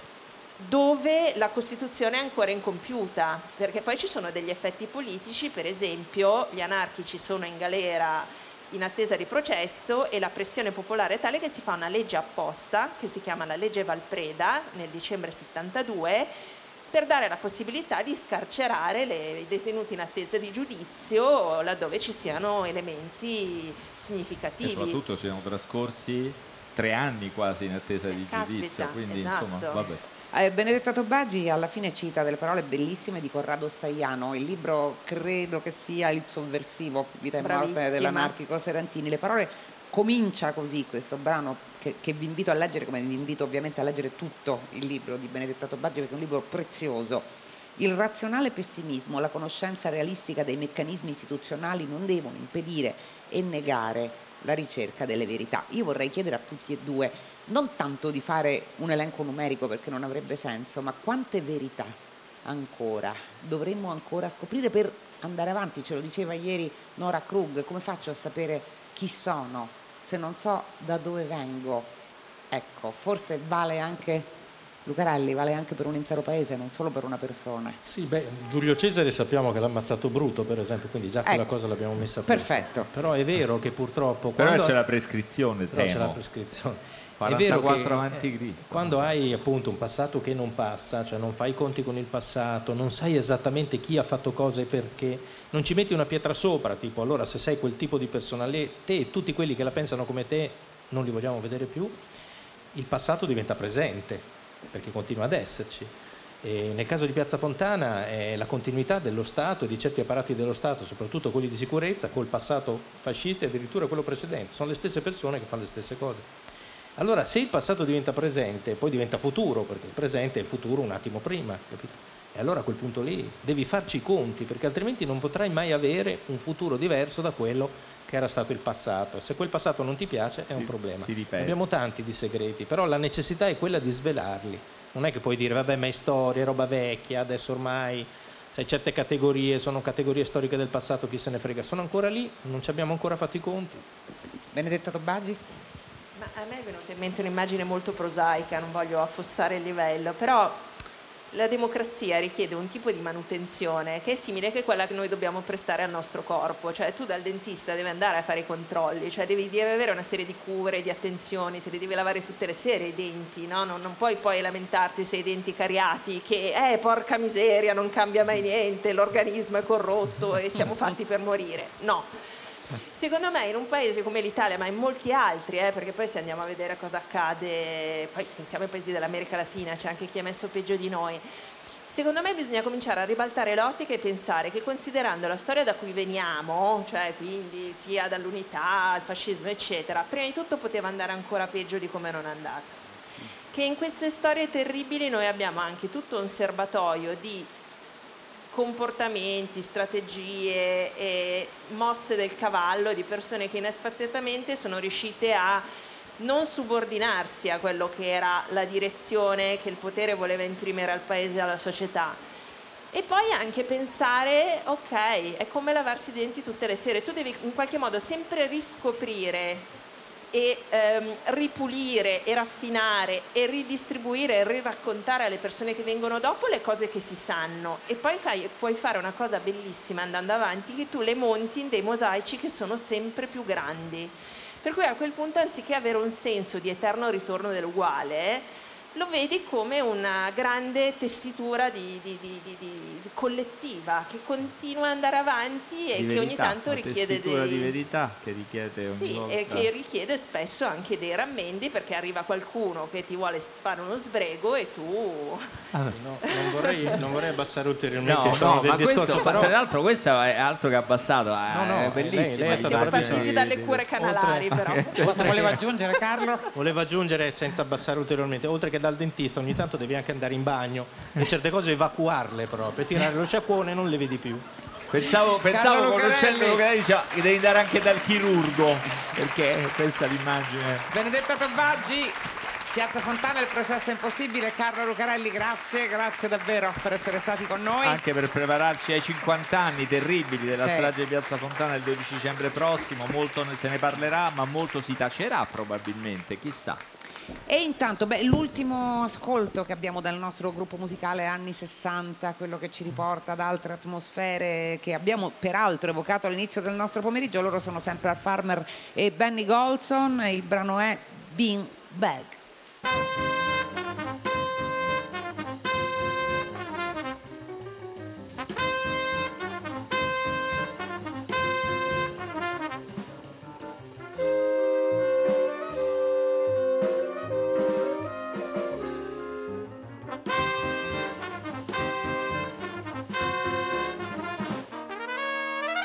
dove la Costituzione è ancora incompiuta, perché poi ci sono degli effetti politici, per esempio gli anarchici sono in galera in attesa di processo e la pressione popolare è tale che si fa una legge apposta che si chiama la legge Valpreda nel dicembre settantadue per dare la possibilità di scarcerare le, i detenuti in attesa di giudizio laddove ci siano elementi significativi. E soprattutto siano trascorsi tre anni quasi in attesa di Caspita, giudizio, quindi esatto. insomma vabbè. Eh, Benedetta Tobagi alla fine cita delle parole bellissime di Corrado Staiano, il libro credo che sia Il sovversivo, vita e morte dell'anarchico Serantini. Le parole comincia così questo brano che, che vi invito a leggere, come vi invito ovviamente a leggere tutto il libro di Benedetta Tobagi perché è un libro prezioso. Il razionale pessimismo, la conoscenza realistica dei meccanismi istituzionali non devono impedire e negare la ricerca delle verità. Io vorrei chiedere a tutti e due non tanto di fare un elenco numerico perché non avrebbe senso, ma quante verità ancora dovremmo ancora scoprire per andare avanti. Ce lo diceva ieri Nora Krug, come faccio a sapere chi sono se non so da dove vengo? Ecco, forse vale anche, Lucarelli, vale anche per un intero paese, non solo per una persona. Sì, beh, Giulio Cesare sappiamo che l'ha ammazzato Bruto, per esempio, quindi già quella ecco, cosa l'abbiamo messa a posto. Perfetto. Però è vero che purtroppo... Però quando... c'è la prescrizione, Però temo. c'è la prescrizione. quarantaquattro è avanti vero che Cristo. eh, quando hai appunto un passato che non passa, cioè non fai i conti con il passato, non sai esattamente chi ha fatto cosa e perché, non ci metti una pietra sopra, tipo allora se sei quel tipo di personalità, te e tutti quelli che la pensano come te non li vogliamo vedere più, il passato diventa presente, perché continua ad esserci. E nel caso di Piazza Fontana è la continuità dello Stato e di certi apparati dello Stato, soprattutto quelli di sicurezza, col passato fascista e addirittura quello precedente. Sono le stesse persone che fanno le stesse cose. Allora, se il passato diventa presente, poi diventa futuro, perché il presente è il futuro un attimo prima, capito? E allora a quel punto lì devi farci i conti, perché altrimenti non potrai mai avere un futuro diverso da quello che era stato il passato. Se quel passato non ti piace è Si- un problema. si ripete. Abbiamo tanti di segreti, però la necessità è quella di svelarli. Non è che puoi dire, vabbè, ma è storia, è roba vecchia, adesso ormai... Sai, certe categorie sono categorie storiche del passato, chi se ne frega. Sono ancora lì, non ci abbiamo ancora fatto i conti. Benedetta Tobagi? Ma a me è venuta in mente un'immagine molto prosaica, non voglio affossare il livello, però la democrazia richiede un tipo di manutenzione che è simile a quella che noi dobbiamo prestare al nostro corpo, cioè tu dal dentista devi andare a fare i controlli, cioè devi, devi avere una serie di cure, di attenzioni, te li devi lavare tutte le sere i denti, no? non, non puoi poi lamentarti se hai i denti cariati, che eh porca miseria non cambia mai niente, l'organismo è corrotto e siamo fatti per morire, no. Secondo me in un paese come l'Italia, ma in molti altri, eh, perché poi se andiamo a vedere cosa accade, poi pensiamo ai paesi dell'America Latina, c'è anche chi è messo peggio di noi, secondo me bisogna cominciare a ribaltare l'ottica e pensare che considerando la storia da cui veniamo, cioè quindi sia dall'unità al fascismo eccetera, prima di tutto poteva andare ancora peggio di come non è andata. Che in queste storie terribili noi abbiamo anche tutto un serbatoio di comportamenti, strategie e mosse del cavallo di persone che inaspettatamente sono riuscite a non subordinarsi a quello che era la direzione che il potere voleva imprimere al paese e alla società. E poi anche pensare, ok, è come lavarsi i denti tutte le sere, tu devi in qualche modo sempre riscoprire e ehm, ripulire e raffinare e ridistribuire e riraccontare alle persone che vengono dopo le cose che si sanno, e poi fai, puoi fare una cosa bellissima andando avanti, che tu le monti in dei mosaici che sono sempre più grandi, per cui a quel punto anziché avere un senso di eterno ritorno dell'uguale lo vedi come una grande tessitura di, di, di, di, di collettiva che continua ad andare avanti e Di che verità, ogni tanto una richiede tessitura dei... di verità che richiede ogni Sì, volta. e che richiede spesso anche dei rammendi, perché arriva qualcuno che ti vuole fare uno sbrego e tu... No, non, vorrei, non vorrei abbassare ulteriormente No, il tono no, del ma discorso, questo, però... tra l'altro questa è altro che abbassato, No, no, è bellissima. lei- lei è stata Siamo bravissima. partiti dalle cure canalari, però. Cosa voleva aggiungere Carlo? Volevo aggiungere, senza abbassare ulteriormente, oltre che dal dentista ogni tanto devi anche andare in bagno e certe cose evacuarle proprio, tirare lo sciacquone e non le vedi più. Pensavo, pensavo Carlo conoscendo Lucarelli. Lucarelli, diceva che devi andare anche dal chirurgo, perché questa è l'immagine. Benedetta Tobagi, Piazza Fontana, il processo impossibile. Carlo Lucarelli, grazie, grazie davvero per essere stati con noi. Anche per prepararci ai cinquanta anni terribili della Sì. strage di Piazza Fontana il dodici dicembre prossimo. Molto se ne parlerà, ma molto si tacerà probabilmente, chissà. E intanto, beh, l'ultimo ascolto che abbiamo dal nostro gruppo musicale anni sessanta, quello che ci riporta ad altre atmosfere che abbiamo peraltro evocato all'inizio del nostro pomeriggio, loro sono sempre Al Farmer e Benny Golson, e il brano è Bean Bag.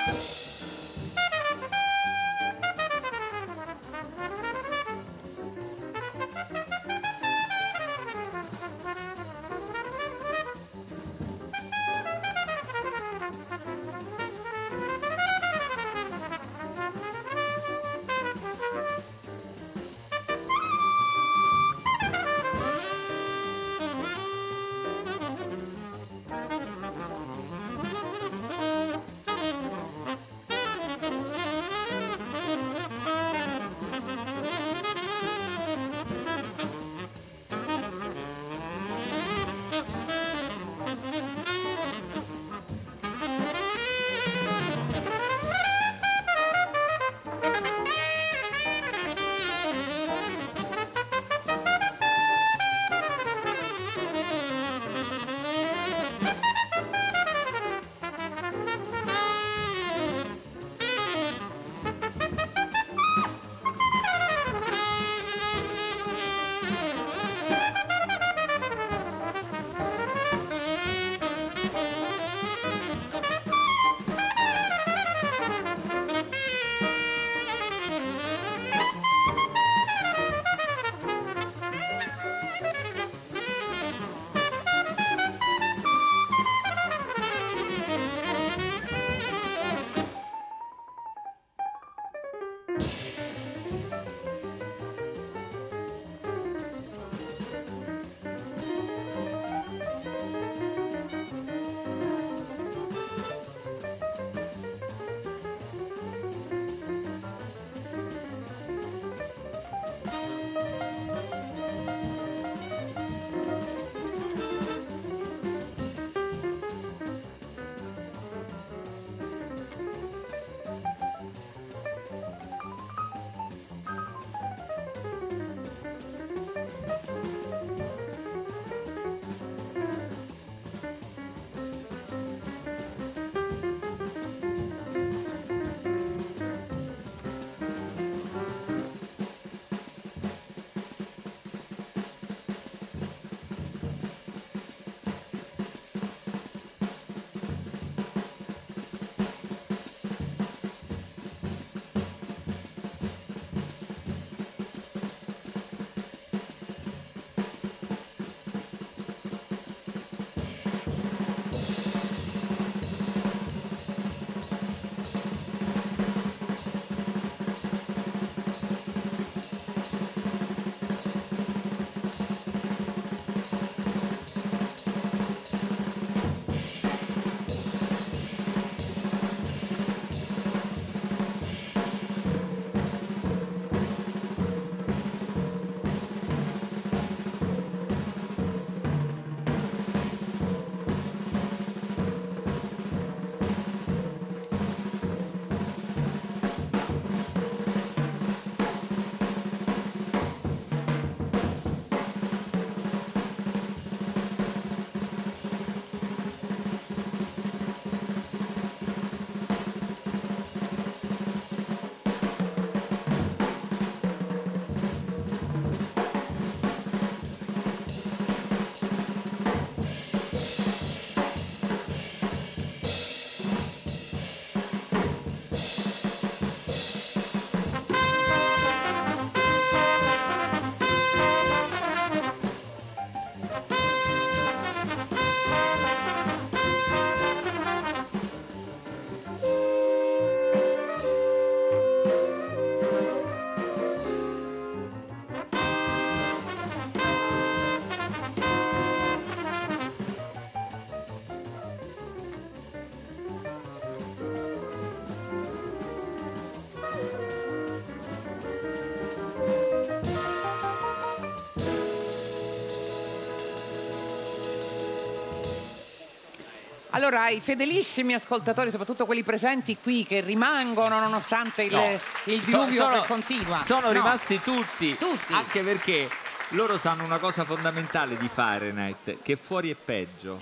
Allora, i fedelissimi ascoltatori, soprattutto quelli presenti qui, che rimangono nonostante il, no. il diluvio sono, che continua. Sono no. rimasti tutti, tutti, anche perché loro sanno una cosa fondamentale di Fahrenheit, che fuori è peggio.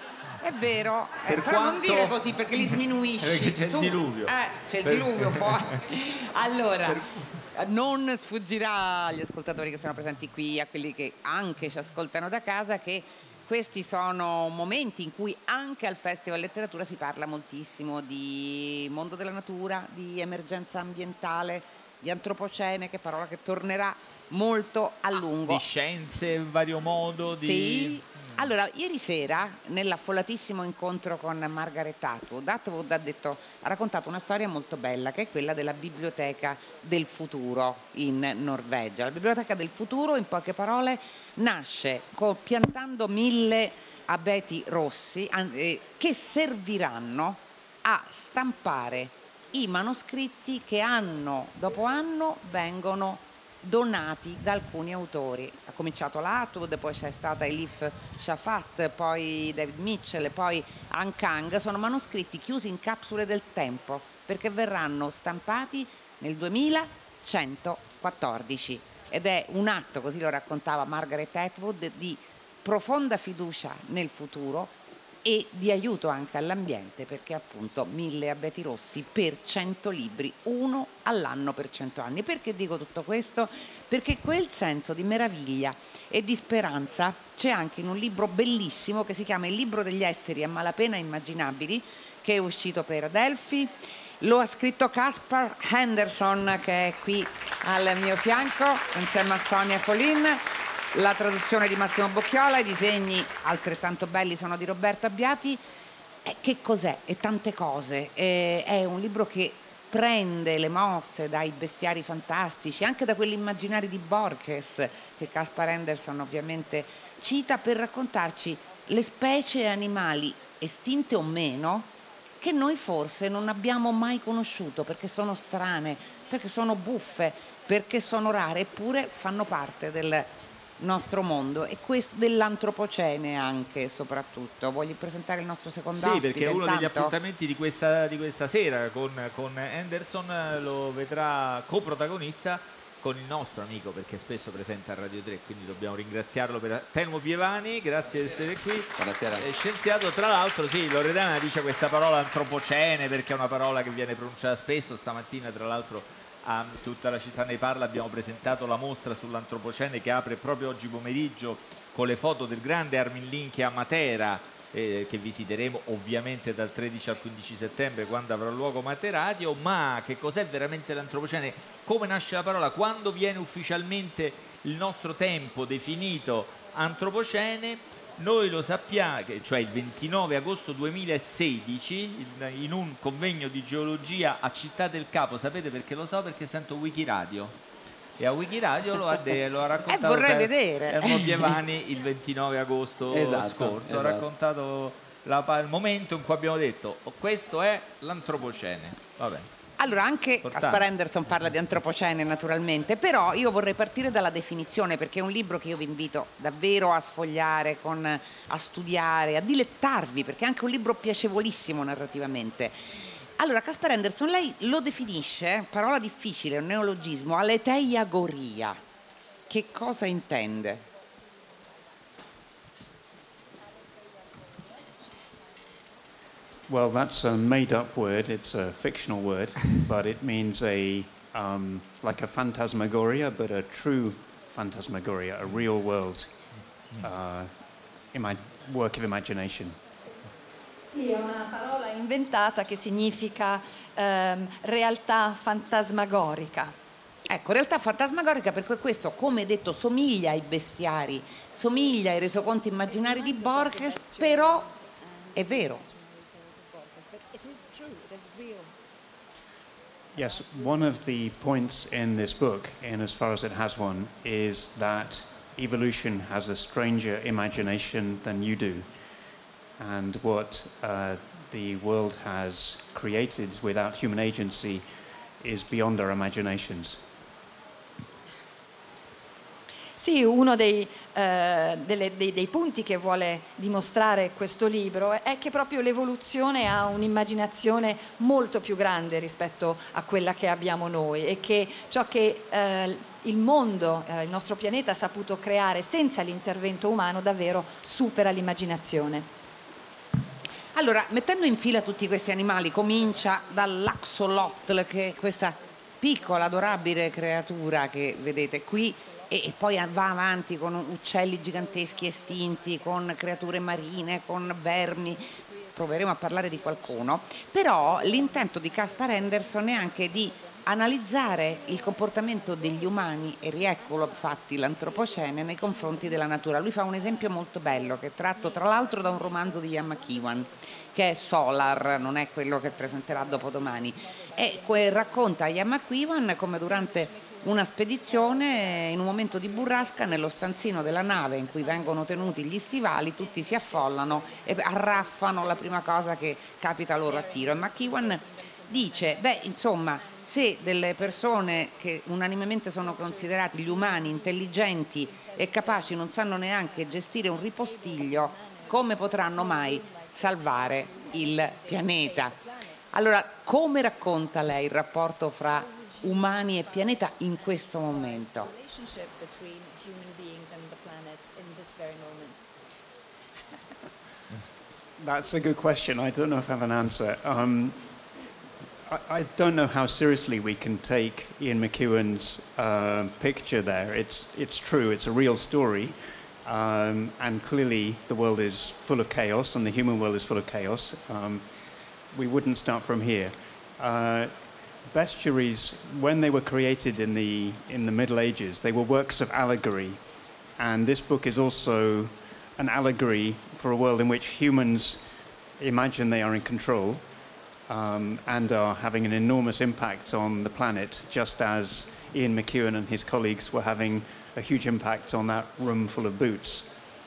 È vero, per eh, però quanto... non dire così perché li sminuisci. Perché c'è Su. il diluvio. Eh, c'è il per... diluvio fuori. Allora, per... non sfuggirà agli ascoltatori che sono presenti qui, a quelli che anche ci ascoltano da casa, che questi sono momenti in cui anche al Festival Letteratura si parla moltissimo di mondo della natura, di emergenza ambientale, di antropocene, che è parola che tornerà molto a lungo. Di scienze in vario modo. Di... Sì. Allora, ieri sera, nell'affollatissimo incontro con Margaret Atwood, Atwood ha, detto, ha raccontato una storia molto bella, che è quella della Biblioteca del Futuro in Norvegia. La Biblioteca del Futuro, in poche parole, nasce co- piantando mille abeti rossi eh, che serviranno a stampare i manoscritti che anno dopo anno vengono donati da alcuni autori. Ha cominciato la Atwood, poi c'è stata Elif Shafat, poi David Mitchell e poi Han Kang. Sono manoscritti chiusi in capsule del tempo perché verranno stampati nel duemilacentoquattordici ed è un atto, così lo raccontava Margaret Atwood, di profonda fiducia nel futuro e di aiuto anche all'ambiente, perché appunto mille abeti rossi per cento libri, uno all'anno per cento anni. Perché dico tutto questo? Perché quel senso di meraviglia e di speranza c'è anche in un libro bellissimo che si chiama Il libro degli esseri a malapena immaginabili, che è uscito per Adelphi. Lo ha scritto Caspar Henderson, che è qui al mio fianco insieme a Sonia Colin. La traduzione di Massimo Bocchiola, i disegni altrettanto belli sono di Roberto Abbiati. Eh, che cos'è? E tante cose. Eh, è un libro che prende le mosse dai bestiari fantastici, anche da quelli immaginari di Borges, che Caspar Henderson ovviamente cita, per raccontarci le specie animali estinte o meno che noi forse non abbiamo mai conosciuto, perché sono strane, perché sono buffe, perché sono rare, eppure fanno parte del nostro mondo, e questo dell'antropocene anche soprattutto. Voglio presentare il nostro secondo sì, ospite? Sì, perché uno intanto? degli appuntamenti di questa, di questa sera con, con Henderson lo vedrà coprotagonista con il nostro amico, perché spesso presenta a Radio tre, quindi dobbiamo ringraziarlo, per Telmo Pievani, grazie di essere qui. Buonasera. Eh, scienziato, tra l'altro, sì, Loredana dice questa parola antropocene perché è una parola che viene pronunciata spesso. Stamattina tra l'altro a Tutta la città ne parla abbiamo presentato la mostra sull'antropocene, che apre proprio oggi pomeriggio con le foto del grande Armin Linke a Matera, eh, che visiteremo ovviamente dal tredici al quindici settembre, quando avrà luogo Materadio. Ma che cos'è veramente l'antropocene? Come nasce la parola? Quando viene ufficialmente il nostro tempo definito antropocene? Noi lo sappiamo, cioè il ventinove agosto duemilasedici, in un convegno di geologia a Città del Capo. Sapete perché lo so? Perché sento Wikiradio, e a Wikiradio lo ha, de, lo ha raccontato eh, vorrei vedere Telmo Pievani il ventinove agosto esatto, scorso. esatto. Ha raccontato la, il momento in cui abbiamo detto oh, questo è l'antropocene. Vabbè. Allora, anche Importante. Caspar Henderson parla di antropocene naturalmente, però io vorrei partire dalla definizione, perché è un libro che io vi invito davvero a sfogliare, con, a studiare, a dilettarvi, perché è anche un libro piacevolissimo narrativamente. Allora, Caspar Henderson, lei lo definisce, parola difficile, un neologismo, aleteiagoria. Che cosa intende? Well, that's a made-up word. It's a fictional word, but it means a um, like a phantasmagoria, but a true phantasmagoria, a real world uh, ima- work of imagination. Sì, è una parola inventata che significa ehm, realtà fantasmagorica. Ecco, realtà fantasmagorica, perché questo, come detto, somiglia ai bestiari, somiglia ai resoconti immaginari di Borges, però è vero. Yes, one of the points in this book, in as far as it has one, is that evolution has a stranger imagination than you do. And what uh, the world has created without human agency is beyond our imaginations. Sì, uno dei, eh, delle, dei, dei punti che vuole dimostrare questo libro è che proprio l'evoluzione ha un'immaginazione molto più grande rispetto a quella che abbiamo noi, e che ciò che eh, il mondo, eh, il nostro pianeta ha saputo creare senza l'intervento umano davvero supera l'immaginazione. Allora, mettendo in fila tutti questi animali, comincia dall'axolotl, che è questa piccola, adorabile creatura che vedete qui, e, e poi va avanti con uccelli giganteschi estinti, con creature marine, con vermi. Proveremo a parlare di qualcuno, però l'intento di Caspar Anderson è anche di analizzare il comportamento degli umani, e rieccolo infatti l'antropocene, nei confronti della natura. Lui fa un esempio molto bello, che è tratto tra l'altro da un romanzo di Ian McEwan, che è Solar, non è quello che presenterà dopodomani, e racconta a Ian McEwan come durante una spedizione, in un momento di burrasca, nello stanzino della nave in cui vengono tenuti gli stivali, tutti si affollano e arraffano la prima cosa che capita loro a tiro. E McEwan dice, beh, insomma, se delle persone che unanimemente sono considerati gli umani intelligenti e capaci non sanno neanche gestire un ripostiglio, come potranno mai salvare il pianeta? Allora, come racconta lei il rapporto fra umani e pianeta in questo momento? That's a good question. I don't know if I have an answer. Um, I, I don't know how seriously we can take Ian McEwan's uh, picture there. It's, it's true, it's a real story. Um, and clearly the world is full of chaos, and the human world is full of chaos. Um, we wouldn't start from here. Uh, Bestiaries, when they were created in the, in the Middle Ages, they were works of allegory. And this book is also an allegory for a world in which humans imagine they are in control um, and are having an enormous impact on the planet, just as Ian McEwan and his colleagues were having a huge impact on that room full of boots.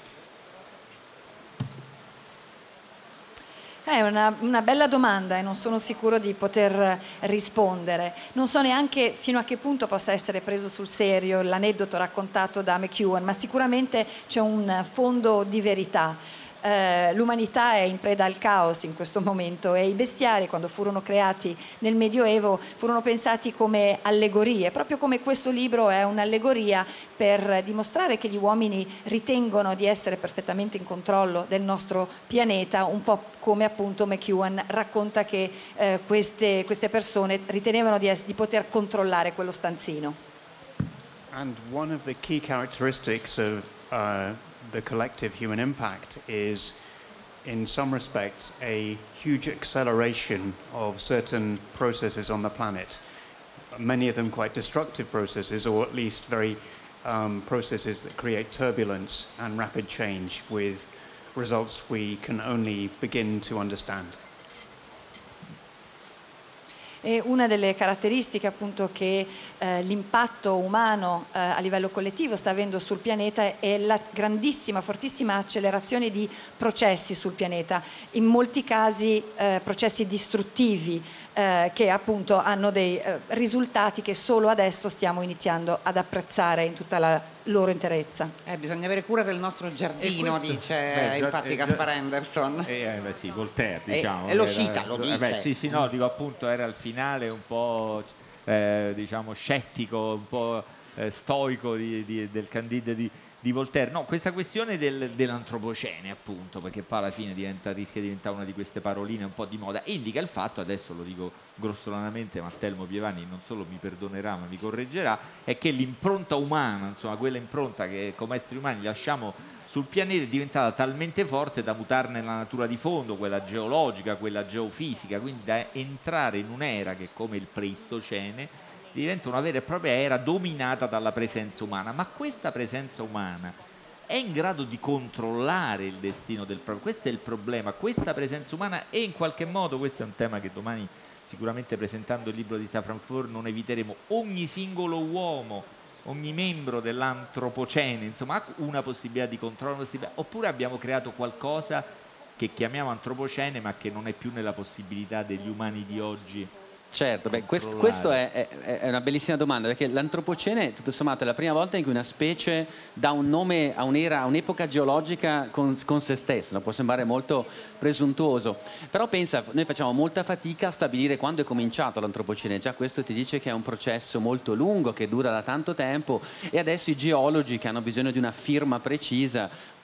È una, una bella domanda e non sono sicuro di poter rispondere. Non so neanche fino a che punto possa essere preso sul serio l'aneddoto raccontato da McEwan, ma sicuramente c'è un fondo di verità. Eh, l'umanità è in preda al caos in questo momento, e i bestiari, quando furono creati nel Medioevo, furono pensati come allegorie, proprio come questo libro è un'allegoria per dimostrare che gli uomini ritengono di essere perfettamente in controllo del nostro pianeta, un po' come appunto McEwan racconta che eh, queste, queste persone ritenevano di, di poter controllare quello stanzino. And one of the key characteristics of uh, the collective human impact is, in some respects, a huge acceleration of certain processes on the planet, many of them quite destructive processes, or at least very um, processes that create turbulence and rapid change with results we can only begin to understand. E una delle caratteristiche appunto che eh, l'impatto umano eh, a livello collettivo sta avendo sul pianeta è la grandissima, fortissima accelerazione di processi sul pianeta, in molti casi eh, processi distruttivi eh, che appunto hanno dei eh, risultati che solo adesso stiamo iniziando ad apprezzare in tutta la loro interezza. Eh, bisogna avere cura del nostro giardino, questo, dice beh, infatti eh, Caspar Anderson. Eh, eh, beh, sì, Voltaire, diciamo. E, e lo era, cita, lo dice. Eh, beh, sì, sì, no, dico appunto, era al finale un po' eh, diciamo scettico, un po' eh, stoico di, di, del Candide di, di Voltaire. No, questa questione del, dell'antropocene, appunto, perché poi alla fine diventa, rischia di diventare una di queste paroline un po' di moda, indica il fatto, adesso lo dico grossolanamente, ma Telmo Pievani non solo mi perdonerà ma mi correggerà, è che l'impronta umana, insomma quella impronta che come esseri umani lasciamo sul pianeta, è diventata talmente forte da mutarne la natura di fondo, quella geologica, quella geofisica, quindi da entrare in un'era che, come il Pleistocene, diventa una vera e propria era dominata dalla presenza umana. Ma questa presenza umana è in grado di controllare il destino del proprio? Questo è il problema, questa presenza umana, e in qualche modo questo è un tema che domani, sicuramente presentando il libro di Safran Foer, non eviteremo. Ogni singolo uomo, ogni membro dell'antropocene, insomma, ha una possibilità di controllo, una possibilità, oppure abbiamo creato qualcosa che chiamiamo antropocene ma che non è più nella possibilità degli umani di oggi. Certo, beh, questo, questo è, è, è una bellissima domanda, perché l'antropocene tutto sommato è la prima volta in cui una specie dà un nome a un'era, a un'epoca geologica con, con se stesso, no? Può sembrare molto presuntuoso, però pensa, noi facciamo molta fatica a stabilire quando è cominciato l'antropocene, già questo ti dice che è un processo molto lungo, che dura da tanto tempo, e adesso i geologi, che hanno bisogno di una firma precisa,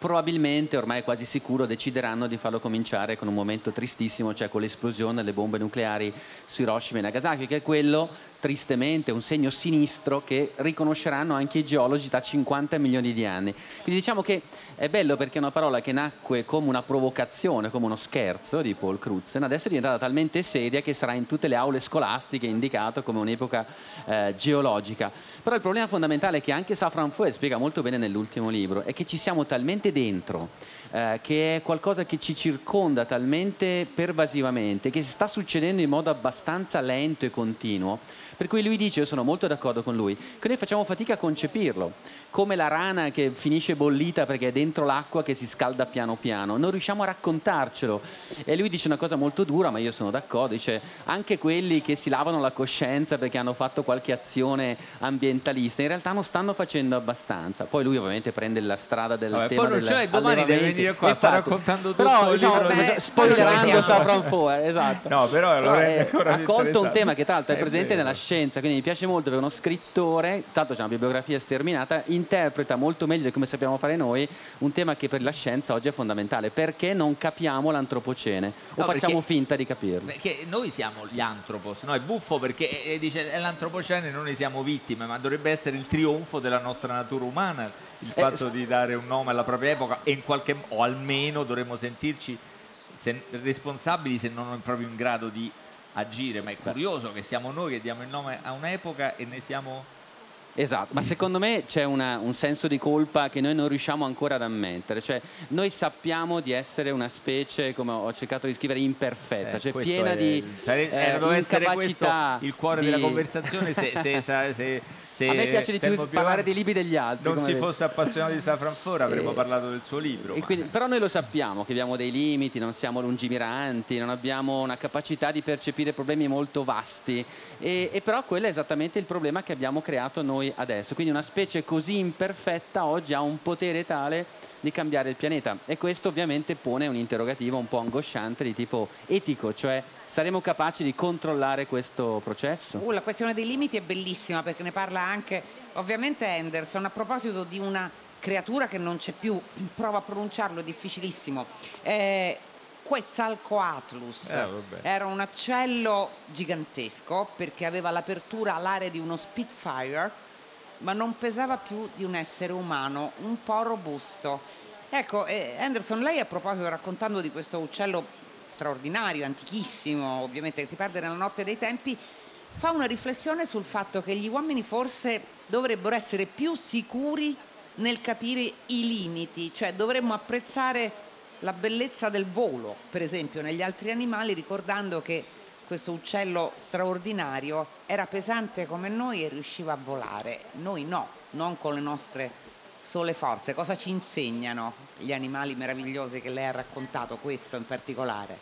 probabilmente, ormai è quasi sicuro, decideranno di farlo cominciare con un momento tristissimo, cioè con l'esplosione delle bombe nucleari su Hiroshima e Nagasaki, che è quello, tristemente, un segno sinistro che riconosceranno anche i geologi da cinquanta milioni di anni. Quindi diciamo che è bello perché è una parola che nacque come una provocazione, come uno scherzo di Paul Crutzen, adesso è diventata talmente seria che sarà in tutte le aule scolastiche indicato come un'epoca eh, geologica. Però il problema fondamentale, che anche Safran Foer spiega molto bene nell'ultimo libro, è che ci siamo talmente dentro, eh, che è qualcosa che ci circonda talmente pervasivamente, che si sta succedendo in modo abbastanza lento e continuo, per cui lui dice, io sono molto d'accordo con lui, che noi facciamo fatica a concepirlo, come la rana che finisce bollita perché è dentro l'acqua che si scalda piano piano, non riusciamo a raccontarcelo. E lui dice una cosa molto dura, ma io sono d'accordo, dice anche quelli che si lavano la coscienza perché hanno fatto qualche azione ambientalista in realtà non stanno facendo abbastanza. Poi lui ovviamente prende la strada del Vabbè, tema poi non c'è, domani deve venire qua, sta raccontando tutto. Però il diciamo, libro beh, di... spoilerando Safran Foer, esatto. No, però lo rende ancora ha più colto un interessante. tema che tra l'altro è, È presente vero. nella scienza, quindi mi piace molto perché uno scrittore, tanto c'è una bibliografia sterminata, interpreta molto meglio di come sappiamo fare noi un tema che per la scienza oggi è fondamentale, perché non capiamo l'antropocene o No, facciamo perché- finta di capirlo. Perché noi siamo gli antropos, no? È buffo perché eh, dice è l'antropocene, noi ne siamo vittime, ma dovrebbe essere il trionfo della nostra natura umana, il Eh, fatto s- di dare un nome alla propria epoca e in qualche o almeno dovremmo sentirci se- responsabili se non proprio in grado di agire, ma è curioso che siamo noi che diamo il nome a un'epoca e ne siamo... Esatto, ma secondo me c'è una- un senso di colpa che noi non riusciamo ancora ad ammettere, cioè noi sappiamo di essere una specie, come ho cercato di scrivere, imperfetta, Eh, cioè questo piena è- di sare- eh, eh, doveva essere incapacità. questo il cuore di- della conversazione se, se, se, se, se A me piace di più Telmo parlare Piovani dei libri degli altri. non come si vedi. fosse appassionato di Safran Foer avremmo Eh, parlato del suo libro, E ma- quindi- però noi lo sappiamo che abbiamo dei limiti, non siamo lungimiranti, non abbiamo una capacità di percepire problemi molto vasti e, e però quello è esattamente il problema che abbiamo creato noi adesso, quindi una specie così imperfetta oggi ha un potere tale di cambiare il pianeta e questo ovviamente pone un interrogativo un po' angosciante di tipo etico, cioè saremo capaci di controllare questo processo? Uh, la questione dei limiti è bellissima perché ne parla anche ovviamente Anderson a proposito di una creatura che non c'è più, prova a pronunciarlo, è difficilissimo. Eh, Quetzalcoatlus Eh, vabbè. era un uccello gigantesco perché aveva l'apertura alare di uno Spitfire, ma non pesava più di un essere umano, un po' robusto. Ecco, eh, Anderson, lei a proposito, raccontando di questo uccello straordinario, antichissimo, ovviamente che si perde nella notte dei tempi, fa una riflessione sul fatto che gli uomini forse dovrebbero essere più sicuri nel capire i limiti, cioè dovremmo apprezzare la bellezza del volo, per esempio, negli altri animali, ricordando che questo uccello straordinario era pesante come noi e riusciva a volare. Noi no, non con le nostre sole forze. Cosa ci insegnano gli animali meravigliosi che lei ha raccontato, questo in particolare?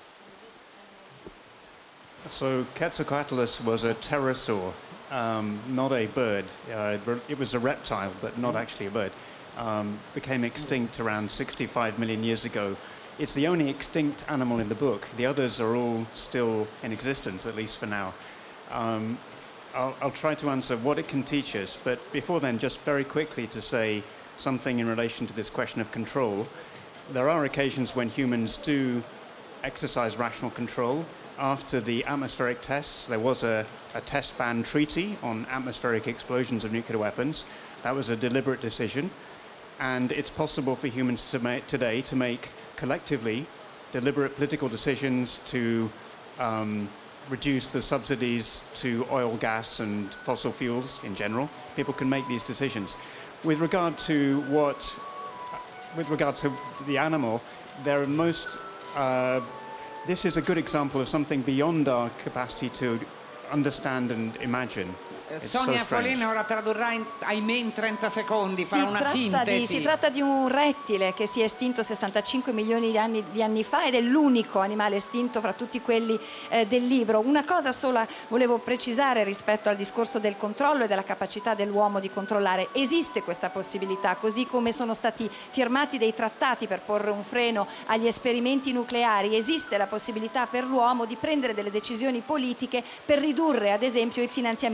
So Quetzalcoatlus was a pterosaur, um, not a bird. Uh, it was a reptile, but not actually a bird. Um, became extinct around sixty-five million years ago. It's the only extinct animal in the book. The others are all still in existence, at least for now. Um, I'll, I'll try to answer what it can teach us, but before then, just very quickly to say something in relation to this question of control. There are occasions when humans do exercise rational control. After the atmospheric tests, there was a, a test ban treaty on atmospheric explosions of nuclear weapons. That was a deliberate decision. And it's possible for humans to make, today to make collectively deliberate political decisions to um, reduce the subsidies to oil, gas and fossil fuels in general. People can make these decisions. With regard to what, with regard to the animal, there are most, uh, this is a good example of something beyond our capacity to understand and imagine. It's so Sonia strange. Folina ora tradurrà in, ahimè in trenta secondi, Si farà una tratta, sintesi. di, si tratta di un rettile che si è estinto sessantacinque milioni di anni, di anni fa ed è l'unico animale estinto fra tutti quelli eh, del libro. Una cosa sola volevo precisare rispetto al discorso del controllo e della capacità dell'uomo di controllare. Esiste questa possibilità, così come sono stati firmati dei trattati per porre un freno agli esperimenti nucleari. Esiste la possibilità per l'uomo di prendere delle decisioni politiche per ridurre ad esempio i finanziamenti ai combustibili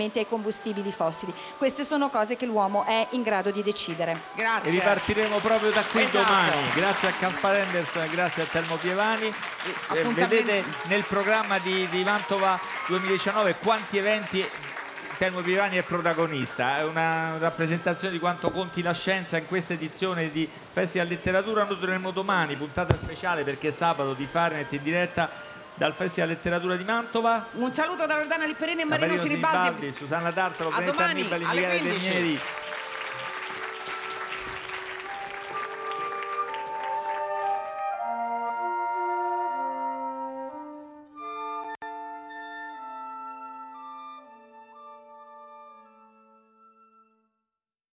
combustibili fossili. Queste sono cose che l'uomo è in grado di decidere. Grazie. E ripartiremo proprio da qui Esatto. domani. Grazie a Caspar Anderson e grazie a Telmo Pievani. Eh, vedete nel programma di, di Mantova duemiladiciannove quanti eventi Telmo Pievani è protagonista. È una rappresentazione di quanto conti la scienza in questa edizione di Festival Letteratura. Noi torneremo domani, puntata speciale perché sabato di Fahrenheit in diretta dal Festival Letteratura di Mantova. Un saluto da Loredana Lipperini e Marino Marino Sinibaldi. Sinibaldi, Susanna Tartaro, A Benedetta domani Annibali, alle Michele quindici. Degnieri.